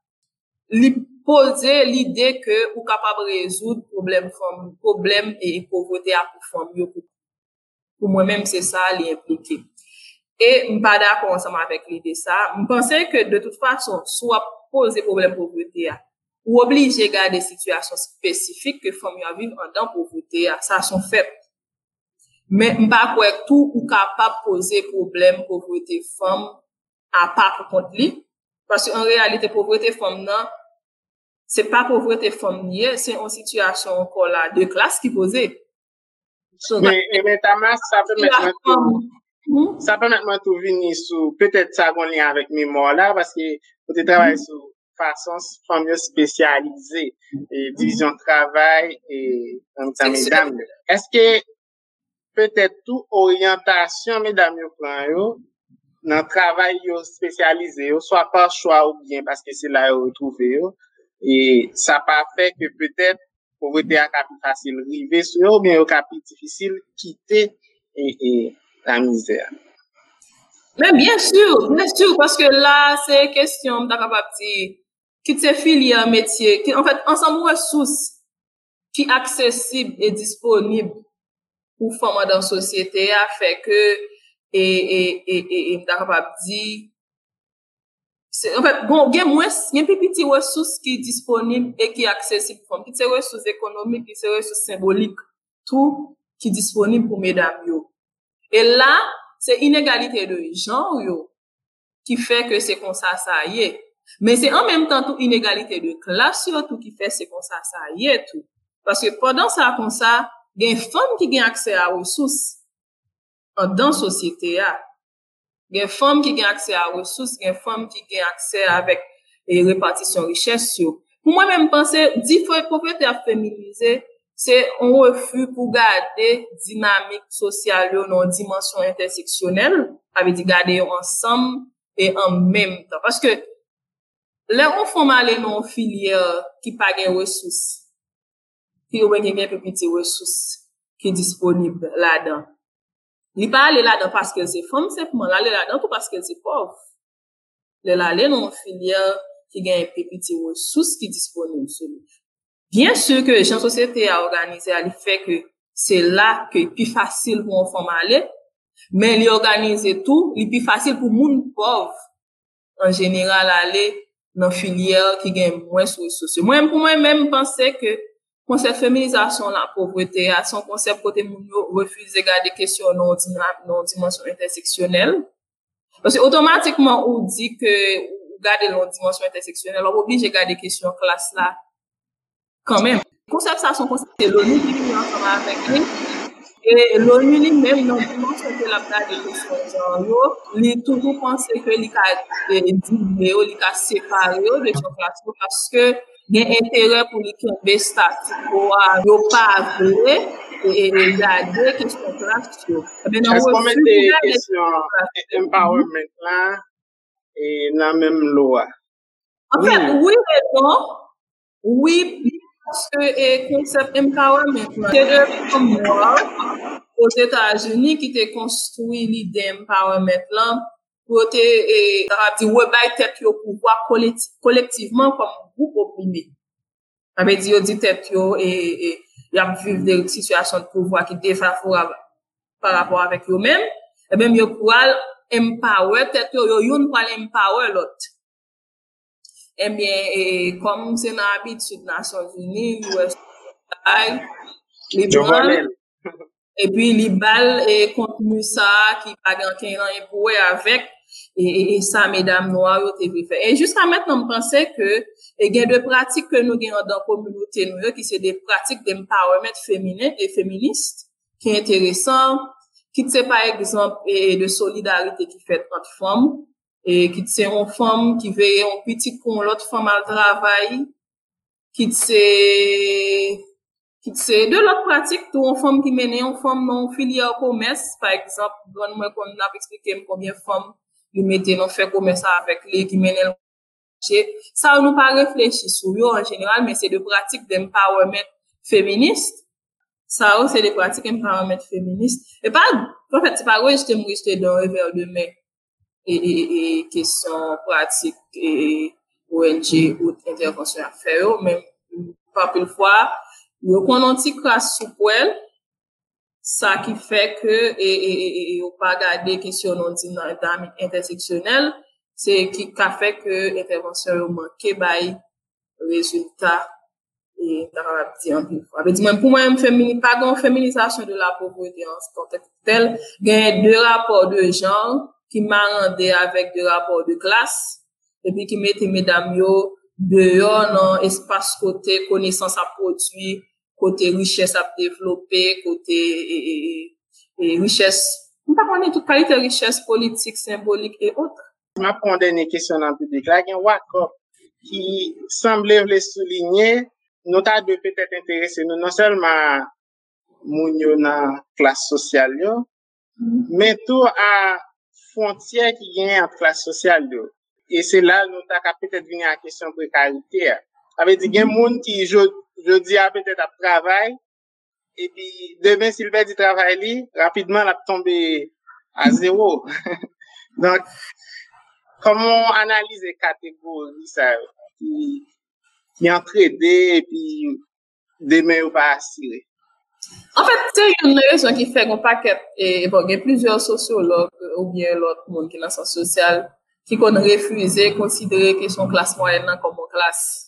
li poser l'idée que ou capable résoudre problème femme problème et pauvreté à pour femmes yo pour, pour moi même c'est ça li impliqué. Et je pas d'accord ensemble avec l'idée ça. Je pensais que de toute façon soit poser problème pauvreté ou obligé garder des situations spécifiques que femmes yo vivent en dans pauvreté ça sont faits. Mais m'pas quoi tout ou capable poser problème pauvreté femme à part contre lui parce qu'en réalité pauvreté femme non c'est pas pauvreté femme nier c'est une situation encore là de classe qui posait. So, mais mais Thomas ça peut mettre tout, ça peut mettre tout venir sur peut-être ça qu'on lien avec mémoire là parce que vous travaillez sur façon femme spécialisée et division de travail et mesdames est-ce que peut-être tout orientation mesdames yo prend yo dans travail yo spécialisé yo soit par choix ou bien parce que c'est là yo retrouver yo et ça pas fait que peut-être pauvreté a plus facile river sur yo ou bien yo plus difficile quitter et, et la misère. Mais bien sûr, bien sûr parce que là c'est question d'être capable de quitter filière métier qui en fait ensemble ressources qui accessibles et disponibles pour femmes dans la société a fait que et et et et d'être capable dire c'est en fait bon il y a moins il y a plus petit ressources qui disponibles et qui accessibles pour femmes qui c'est ressources économiques qui c'est ressources symboliques tout qui disponible pour mesdames yo et là c'est inégalité de genre yo qui fait que c'est comme ça ça y est mais c'est en même temps tout inégalité de classe yo tout qui fait c'est comme ça ça y est tout parce que pendant ça comme ça il y a des femmes qui ont accès à ressources dans la société. Il y a des femmes qui ont accès à ressources, il y a des femmes qui ont accès avec et répartition richesse yo. Pour moi même penser dit propriétaire féminisé c'est un refus pour garder dynamique sociale yo dans dimension intersectionnelle, ça veut dire garder ensemble et en même temps parce que les enfants aller dans filière qui pas gain ressources qui ont gain peu petit ressources qui disponible là-dedans. Li pas aller là-dedans parce que c'est femme simplement aller là-dedans tout parce que c'est pauvre. Les aller dans filière qui gagne peu petit ressources qui disponible sur lui. Bien sûr que la société a organisé, elle fait que c'est là que c'est plus facile pour un femme aller, mais il organise tout, il est plus facile pour moun pauvre en général aller dans filière qui gagne moins ressources. Moi pour moi même penser que concept féminisation la pauvreté à son concept côté moun refuse de garder question non non dimension intersectionnelle parce que automatiquement on dit que garder la dimension intersectionnelle on oblige de garder question classe là quand même concept ça son concept c'est l'ONU qui vient ensemble avec lui et l'ONU lui-même dans dimension de la garder question genre il toujours penser que il a diviser il a séparer de son classe parce que il y a intérêt pour les camper statique pour ne pas vrai et garder question classe. Est-ce qu'on met des questions empowerment là et dans la même loi? En fait, oui et non. Oui, parce que le concept empowerment, c'est de comme moi aux États-Unis qui ont construit l'idée empowerment là pour te et dire ouais bah tête au pouvoir collectivement comme groupe opprimé. Ça veut dire dit tête yo et et y a vivre des situations de pouvoir qui défavorables par rapport avec eux-mêmes et même yo pour empower tête yo yo yon pour empower l'autre. Eh bien et comme c'est dans l'habitude des Nations Unies, U S A, les blancs et puis les balles et contenu ça qui pas ganté rien pour avec et, et ça mesdames noires yo te fait et jusqu'à maintenant me penser que il y a deux pratiques que nous gagnons dans la communauté nous qui c'est des pratiques d'empowerment féminin et féministe qui est intéressant qui c'est par exemple et de solidarité qui fait entre femmes et qui c'est une femme qui veille un petit con l'autre femme à travail qui c'est qui c'est de l'autre pratique tout une femme qui mène une femme dans filière commerce par exemple donne-moi qu'on a expliqué combien de femmes qui mettent dans faire commerce avec les qui mènent ça nous pas réfléchir sur eux en général mais c'est des pratiques d'empowerment féministe ça c'est des pratiques d'empowerment féministe et pas en fait c'est pas vrai je t'ai resté dans un verre de mai et et et questions pratiques et O N G ou intervention à faire mais pas plus fois yo qu'on anti crasse sous poil ça qui fait que et et et on pas garder question non dynamique intersectionnelle c'est qui a fait que intervention manqué bail résultat et t'as dit un peu fois avec même pour moi même féminin pas grand féminisation de la pauvreté en ce contexte tel il y a deux rapports de genre qui m'arrendait avec deux rapports de classe et puis qui mettait mesdames yo dehors dans espace côté connaissance à produire côté richesse à développer côté et, et, et richesse on pas connaît toute qualité richesse politique symbolique et autres. Je m'apprends une dernière question dans le public. Là, il y a un Wakop qui semblait le souligner, nous t'as de peut-être intéresser nous non seulement moun yo dans classe sociale yo, mm-hmm. mais tout à frontière qui gagne entre classe sociale yo. Et c'est là nous t'as peut-être venir à la question précarité. Ça veut dire qu'il y a moun qui je je dis à peut-être à travail et puis demain s'il va du travail li, rapidement la tomber à zéro. Donc comment analyser catégorie ça qui qui entraidé et puis demain ou pas assuré. En fait, c'est une raison qui fait qu'on paquet et bon, il y a plusieurs sociologues ou bien l'autre monde qui dans sens social qui qu'on refusé considérer que son classe moyenne comme une classe.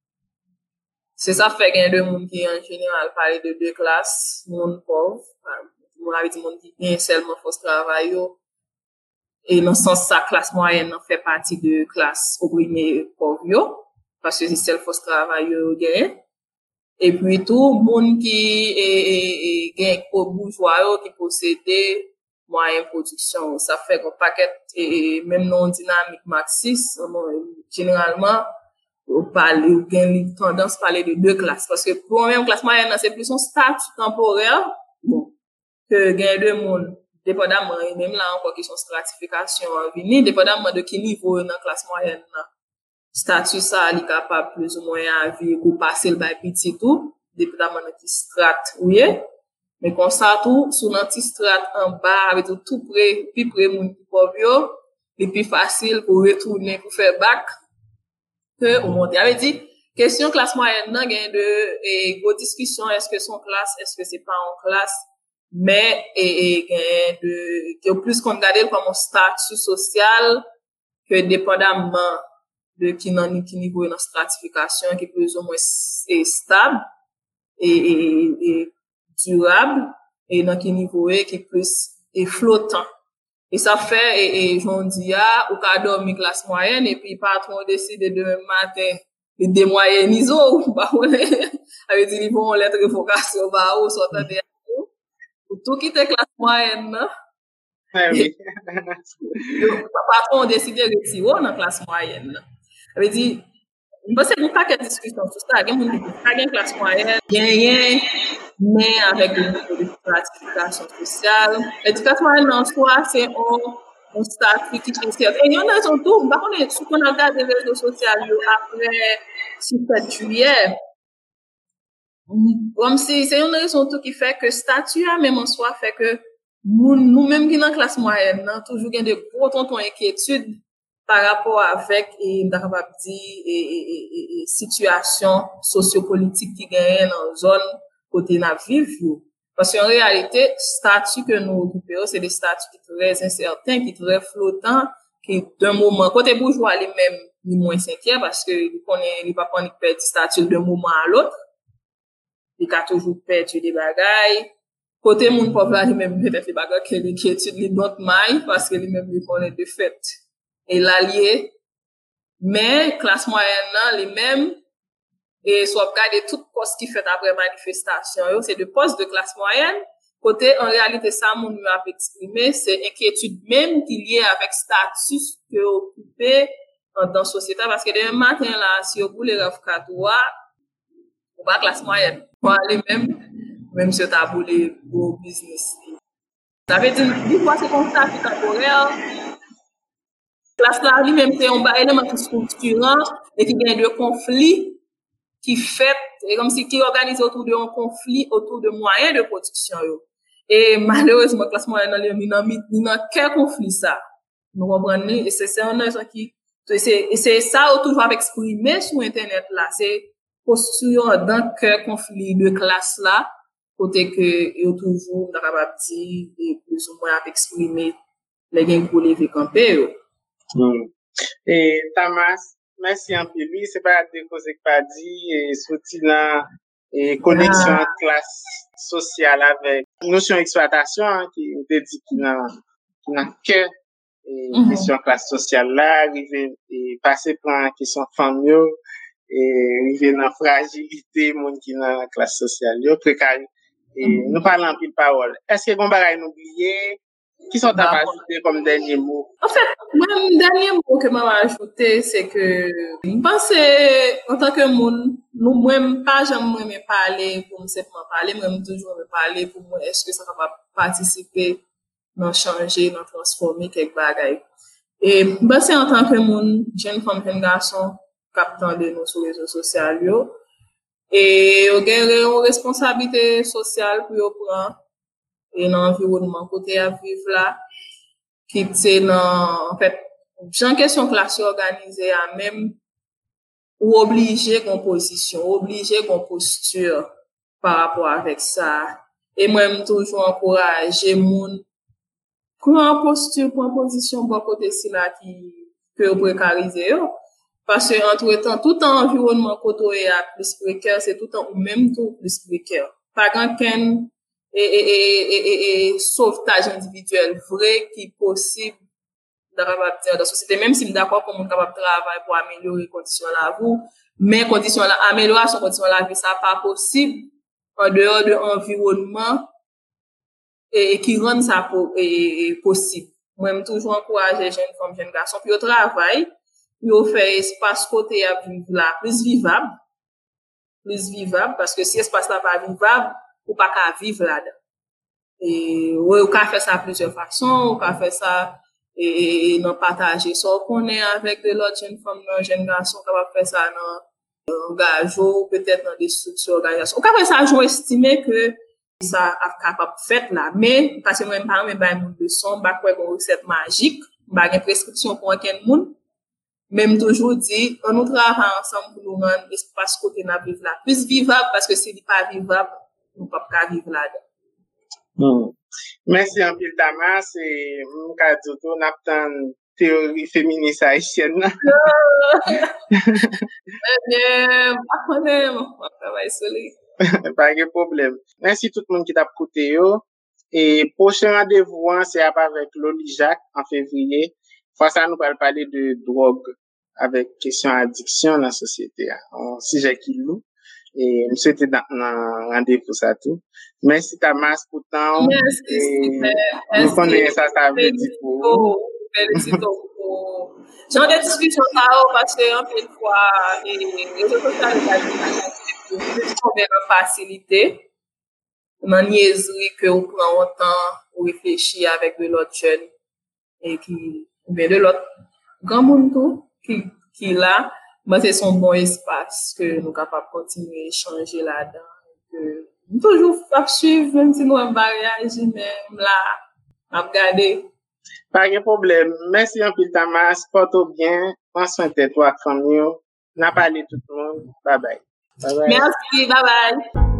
C'est ça fait qu'il y a deux monde qui en général parler de deux classes, monde pauvre, on avait dit monde qui vient seulement force travail et dans ce sens sa classe moyenne fait partie de classe opprimée pauvre parce que c'est celle force travail yo gagne et puis tout monde qui est est gagne au bourgeois qui possédait moyen production. Ça fait qu'on paquet et même non dynamique marxiste, généralement, on parle, ou gagne tendance à parler de deux classes. Parce que pour même classe moyenne, c'est plus un statut temporaire, bon, que gagne deux monde, dépendamment, et même là encore, qui sont stratification en venir, dépendamment de quel niveau dans la classe moyenne, là. Statut ça, il est capable plus ou moins à vivre ou passer le bail petit tout, dépendamment de qui strate, oui. Mais comme ça, tout, sous notre strate en bas, avec tout, tout près, plus près, mon pauvre, et plus facile pour retourner, pour faire bac, que au monter. Avait dit, question classe moyenne, non, gain de, et, gros discussion, est-ce que son classe, est-ce que c'est pas en classe, mais, et, et, gain de, que plus qu'on regarde comme un statut social, que dépendamment de qui nan qui niveau dans stratification qui est plus ou moins est stable et, et, et durable et dans qui niveau est qui est plus est flottant et ça fait et, et j'en dis ah ou ka dormi classe moyenne et puis patron décide demain matin de démoyenniser ou bah avec dit ils vont lettre révocation bah ou sortant de pour tout quitter classe moyenne non oui le patron décide de retirer dans classe moyenne. Ça veut dire, moi, c'est pas que discussion sur ça. Il y a une classe moyenne, rien, mais avec le niveau de stratification sociale. L'éducation moyenne en soi, c'est un, un statut qui est certain. Et il y en a qui sont tout, par contre, ce qu'on regarde les réseaux sociaux après sept juillet, comme si c'est une raison tout qui fait que statut, même en soi, fait que nous-mêmes qui dans la classe moyenne, toujours il y a de gros tontons inquiétudes par rapport avec et capable dire et, et, et, et situation sociopolitique qui gagne dans zone côté na vivre parce qu'en réalité statut que nous occupons c'est des statuts qui très incertains qui très flottants qui d'un moment côté bourgeois les mêmes ni moins s'inquiète parce que il connaît il pas prendre perdre statut d'un moment à l'autre il a toujours perdu des bagailles côté moun pauvre là lui même peut-être les bagages qui inquiétude les d'autres mailles parce que lui même il connaît de fait et l'allié, mais classe moyenne, les mêmes, et soit regarder tout poste qui fait après manifestation, c'est de postes de classe moyenne. Côté, en réalité, ça, mon mieux a exprimé, c'est inquiétude même qui liée avec statut que occupé dans la société, parce que demain matin, là, si vous voulez refaire toi, ou pas classe moyenne, pour aller même, même si tu as voulu pour business. Ça veut dire, du coup, c'est comme ça, c'est temporaire. Classe là lui-même c'est un élément qui structurant et qui gagne de conflits qui fait et comme si qui organise autour d'un conflit autour de moyens de production et malheureusement classe moyenne il n'a il n'a quel conflit ça nous comprenez et c'est c'est un raison qui c'est c'est ça toujours avec exprimer sur internet là c'est posture dans quel conflit de classe là côté que et toujours capable dire et plus ou moins exprimer les gains pour lever camper. Mm. Et Tamas, merci un peu. Lui, c'est pas des causes que pas dit et sorti là et connexion ah. classe sociale avec notion d'exploitation hein, qui était dit qui n'a qui n'a que et mm-hmm. question classe sociale là arriver et passer par la question famille et arriver dans fragilité monde qui dans la classe sociale yo précaire et mm-hmm. nous parlons en pile parole. Est-ce que bon bagay nous oublier qui sont à ajouter comme dernier mot? En fait, mon dernier mot que m'a ajouté, c'est que je pense en tant que monde, nous même pas jamais me parler pour me simplement parler, moi toujours me parler pour moi est-ce que ça va participer dans changer, dans transformer quelque bagaille. Et ben c'est en tant que monde, jeune femme, jeune garçon, captant de nous sur les réseaux sociaux et on a une responsabilité sociale pour prendre et dans l'environnement côté à vivre là qui c'est dans en fait j'ai question classe organisée à même ou obligé composition obligé qu'on posture par rapport avec ça et moi même toujours encourager moun prendre posture prendre position pour côté ci là qui peut précariser parce que entre temps tout environnement côté à plus précaire c'est tout en même tout plus précaire par contre et et et et et sauvetage individuel vrai qui est possible dans la société même si d'accord comme on capable travailler pour améliorer conditions la vie mais conditions la amélioration conditions la vie ça pas possible en dehors de environnement et qui rend ça po, et, et possible. Moi, j'aime toujours encourager jeunes femmes, jeunes garçons, puis au travail, puis au fait espace côté à vivre là, plus vivable, plus vivable, parce que si espace là pas vivable, ou pas qu'à vivre là-dedans. Et, ouais, on peut faire ça de plusieurs façons, on peut faire ça, et, et, non partager ça qu'on est avec de l'autre jeunes femmes, jeunes garçons, on peut faire ça dans, engagement, peut-être dans des structures d'organisation. On peut faire ça, j'ai estimé que ça a capable de faire là, mais, parce que moi, je parle, mais, bah, une leçon, bah, quoi, une recette magique, bah, une prescription pour aucun monde. Même toujours dit, on nous travaille ensemble pour nous rendre l'espace côté n'a vivre là plus vivable, parce que si c'est pas vivable, on ne peut pas vivre là-dedans. Mm. Merci en pile Damas et m'ka dit tout n'a pas théorie féministe haïtienne. Bien, pas même, on travaille solide. Pas de problème. Merci tout le monde qui t'a écouté yo et prochain rendez-vous c'est avec Loli Jacques en février. Fois ça nous va parler de drogue avec question addiction dans la société, un sujet qui lourd. Et je souhaite dans rendez-vous ça tout. Merci Damas pour temps. Merci. Nous connaissons ça, ça veut dire pour vous. Félicitations pour. J'en ai discuté ça parce que en fait fois les réseaux sociaux ont une facilité, une niaiserie que on prend autant pour réfléchir avec de l'autre jeune et qui bien de l'autre grand monde tout qui qui là. Mais c'est son bon espace que nous sommes capables de continuer à échanger là-dedans. Que nous toujours suivre, même si nous avons pas réagi, même là, à regarder. Pas de problème. Merci un peu, Damas. Porte bien. Prends soin de toi, famille. N'a pas parlé tout le monde. Bye bye. Bye bye. Merci. Bye bye.